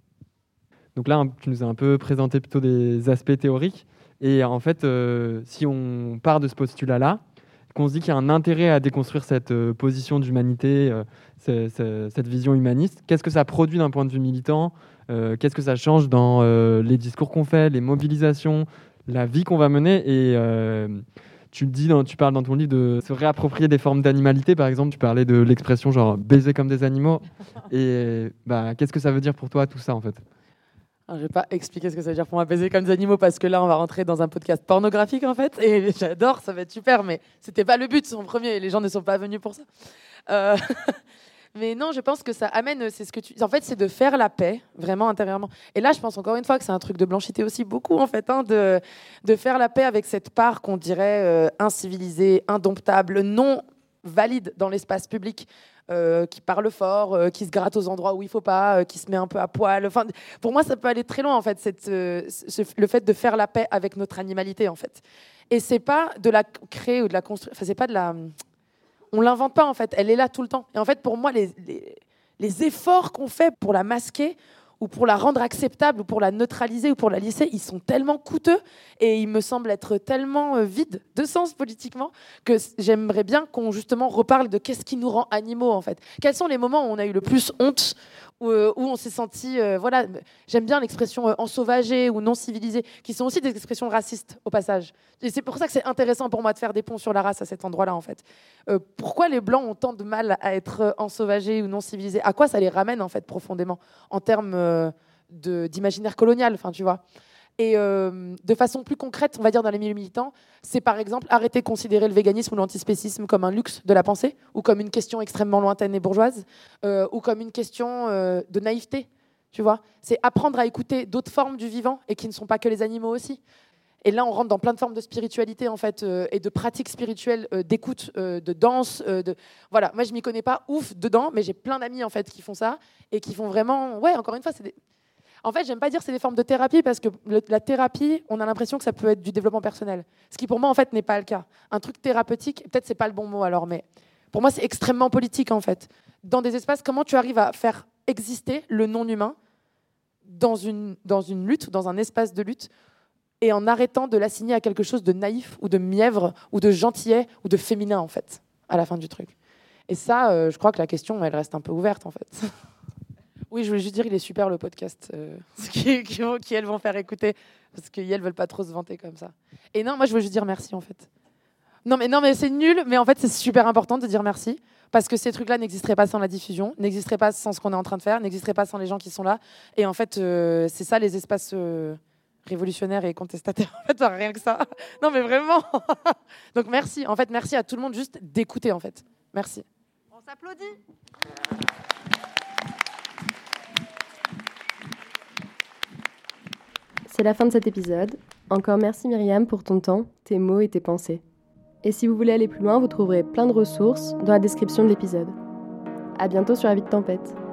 Donc là, tu nous as un peu présenté plutôt des aspects théoriques. Et en fait, euh, si on part de ce postulat-là, qu'on se dit qu'il y a un intérêt à déconstruire cette euh, position d'humanité, euh, c'est, c'est, cette vision humaniste, qu'est-ce que ça produit d'un point de vue militant ? euh, Qu'est-ce que ça change dans euh, les discours qu'on fait, les mobilisations, la vie qu'on va mener. Et euh, tu, dis dans, tu parles dans ton livre de se réapproprier des formes d'animalité. Par exemple, tu parlais de l'expression genre baiser comme des animaux. Et bah, qu'est-ce que ça veut dire pour toi tout ça en fait? Alors, je vais pas expliquer ce que ça veut dire pour moi baiser comme des animaux parce que là on va rentrer dans un podcast pornographique en fait et j'adore, ça va être super, mais c'était pas le but en premier et les gens ne sont pas venus pour ça. Euh... mais non, je pense que ça amène, c'est ce que tu, en fait, c'est de faire la paix vraiment intérieurement. Et là, je pense encore une fois que c'est un truc de blanchité aussi beaucoup en fait, hein, de de faire la paix avec cette part qu'on dirait euh, incivilisée, indomptable, non valide dans l'espace public. Euh, qui parle fort, euh, qui se gratte aux endroits où il faut pas, euh, qui se met un peu à poil. Enfin, pour moi, ça peut aller très loin en fait, cette, euh, ce, le fait de faire la paix avec notre animalité en fait. Et c'est pas de la créer ou de la construire. Enfin, c'est pas de la. On l'invente pas en fait. Elle est là tout le temps. Et en fait, pour moi, les les, les efforts qu'on fait pour la masquer ou pour la rendre acceptable ou pour la neutraliser ou pour la lisser, ils sont tellement coûteux et ils me semblent être tellement euh, vides de sens politiquement que j'aimerais bien qu'on justement reparle de qu'est-ce qui nous rend animaux en fait. Quels sont les moments où on a eu le plus honte, où, euh, où on s'est senti, euh, voilà, j'aime bien l'expression euh, ensauvagé ou non civilisé, qui sont aussi des expressions racistes au passage. Et c'est pour ça que c'est intéressant pour moi de faire des ponts sur la race à cet endroit-là en fait. Euh, pourquoi les Blancs ont tant de mal à être euh, ensauvagés ou non civilisés? À quoi ça les ramène en fait profondément en termes euh, de, d'imaginaire colonial, enfin tu vois. Et euh, de façon plus concrète, on va dire dans les milieux militants, c'est par exemple arrêter de considérer le véganisme ou l'antispécisme comme un luxe de la pensée, ou comme une question extrêmement lointaine et bourgeoise, euh, ou comme une question euh, de naïveté, tu vois. C'est apprendre à écouter d'autres formes du vivant et qui ne sont pas que les animaux aussi. Et là, on rentre dans plein de formes de spiritualité en fait, euh, et de pratiques spirituelles, euh, d'écoute, euh, de danse, euh, de voilà. Moi, je m'y connais pas ouf dedans, mais j'ai plein d'amis en fait qui font ça et qui font vraiment, ouais, encore une fois, c'est des... En fait, j'aime pas dire que c'est des formes de thérapie parce que le, la thérapie, on a l'impression que ça peut être du développement personnel. Ce qui, pour moi, en fait, n'est pas le cas. Un truc thérapeutique, peut-être c'est pas le bon mot alors, mais pour moi, c'est extrêmement politique en fait. Dans des espaces, comment tu arrives à faire exister le non-humain dans une, dans une lutte, dans un espace de lutte, et en arrêtant de l'assigner à quelque chose de naïf ou de mièvre ou de gentillet ou de féminin en fait, à la fin du truc. Et ça, euh, je crois que la question, elle reste un peu ouverte en fait. Oui, je voulais juste dire, il est super le podcast, euh, qui, qui, qui elles vont faire écouter, parce qu'elles veulent pas trop se vanter comme ça. Et non, moi je veux juste dire merci en fait. Non mais, non, mais c'est nul, mais en fait c'est super important de dire merci, parce que ces trucs-là n'existeraient pas sans la diffusion, n'existeraient pas sans ce qu'on est en train de faire, n'existeraient pas sans les gens qui sont là. Et en fait, euh, c'est ça les espaces euh, révolutionnaires et contestataires. En fait, rien que ça. Non mais vraiment. Donc merci, en fait, merci à tout le monde juste d'écouter en fait. Merci. On s'applaudit. C'est la fin de cet épisode. Encore merci Myriam pour ton temps, tes mots et tes pensées. Et si vous voulez aller plus loin, vous trouverez plein de ressources dans la description de l'épisode. À bientôt sur Avis de Tempête.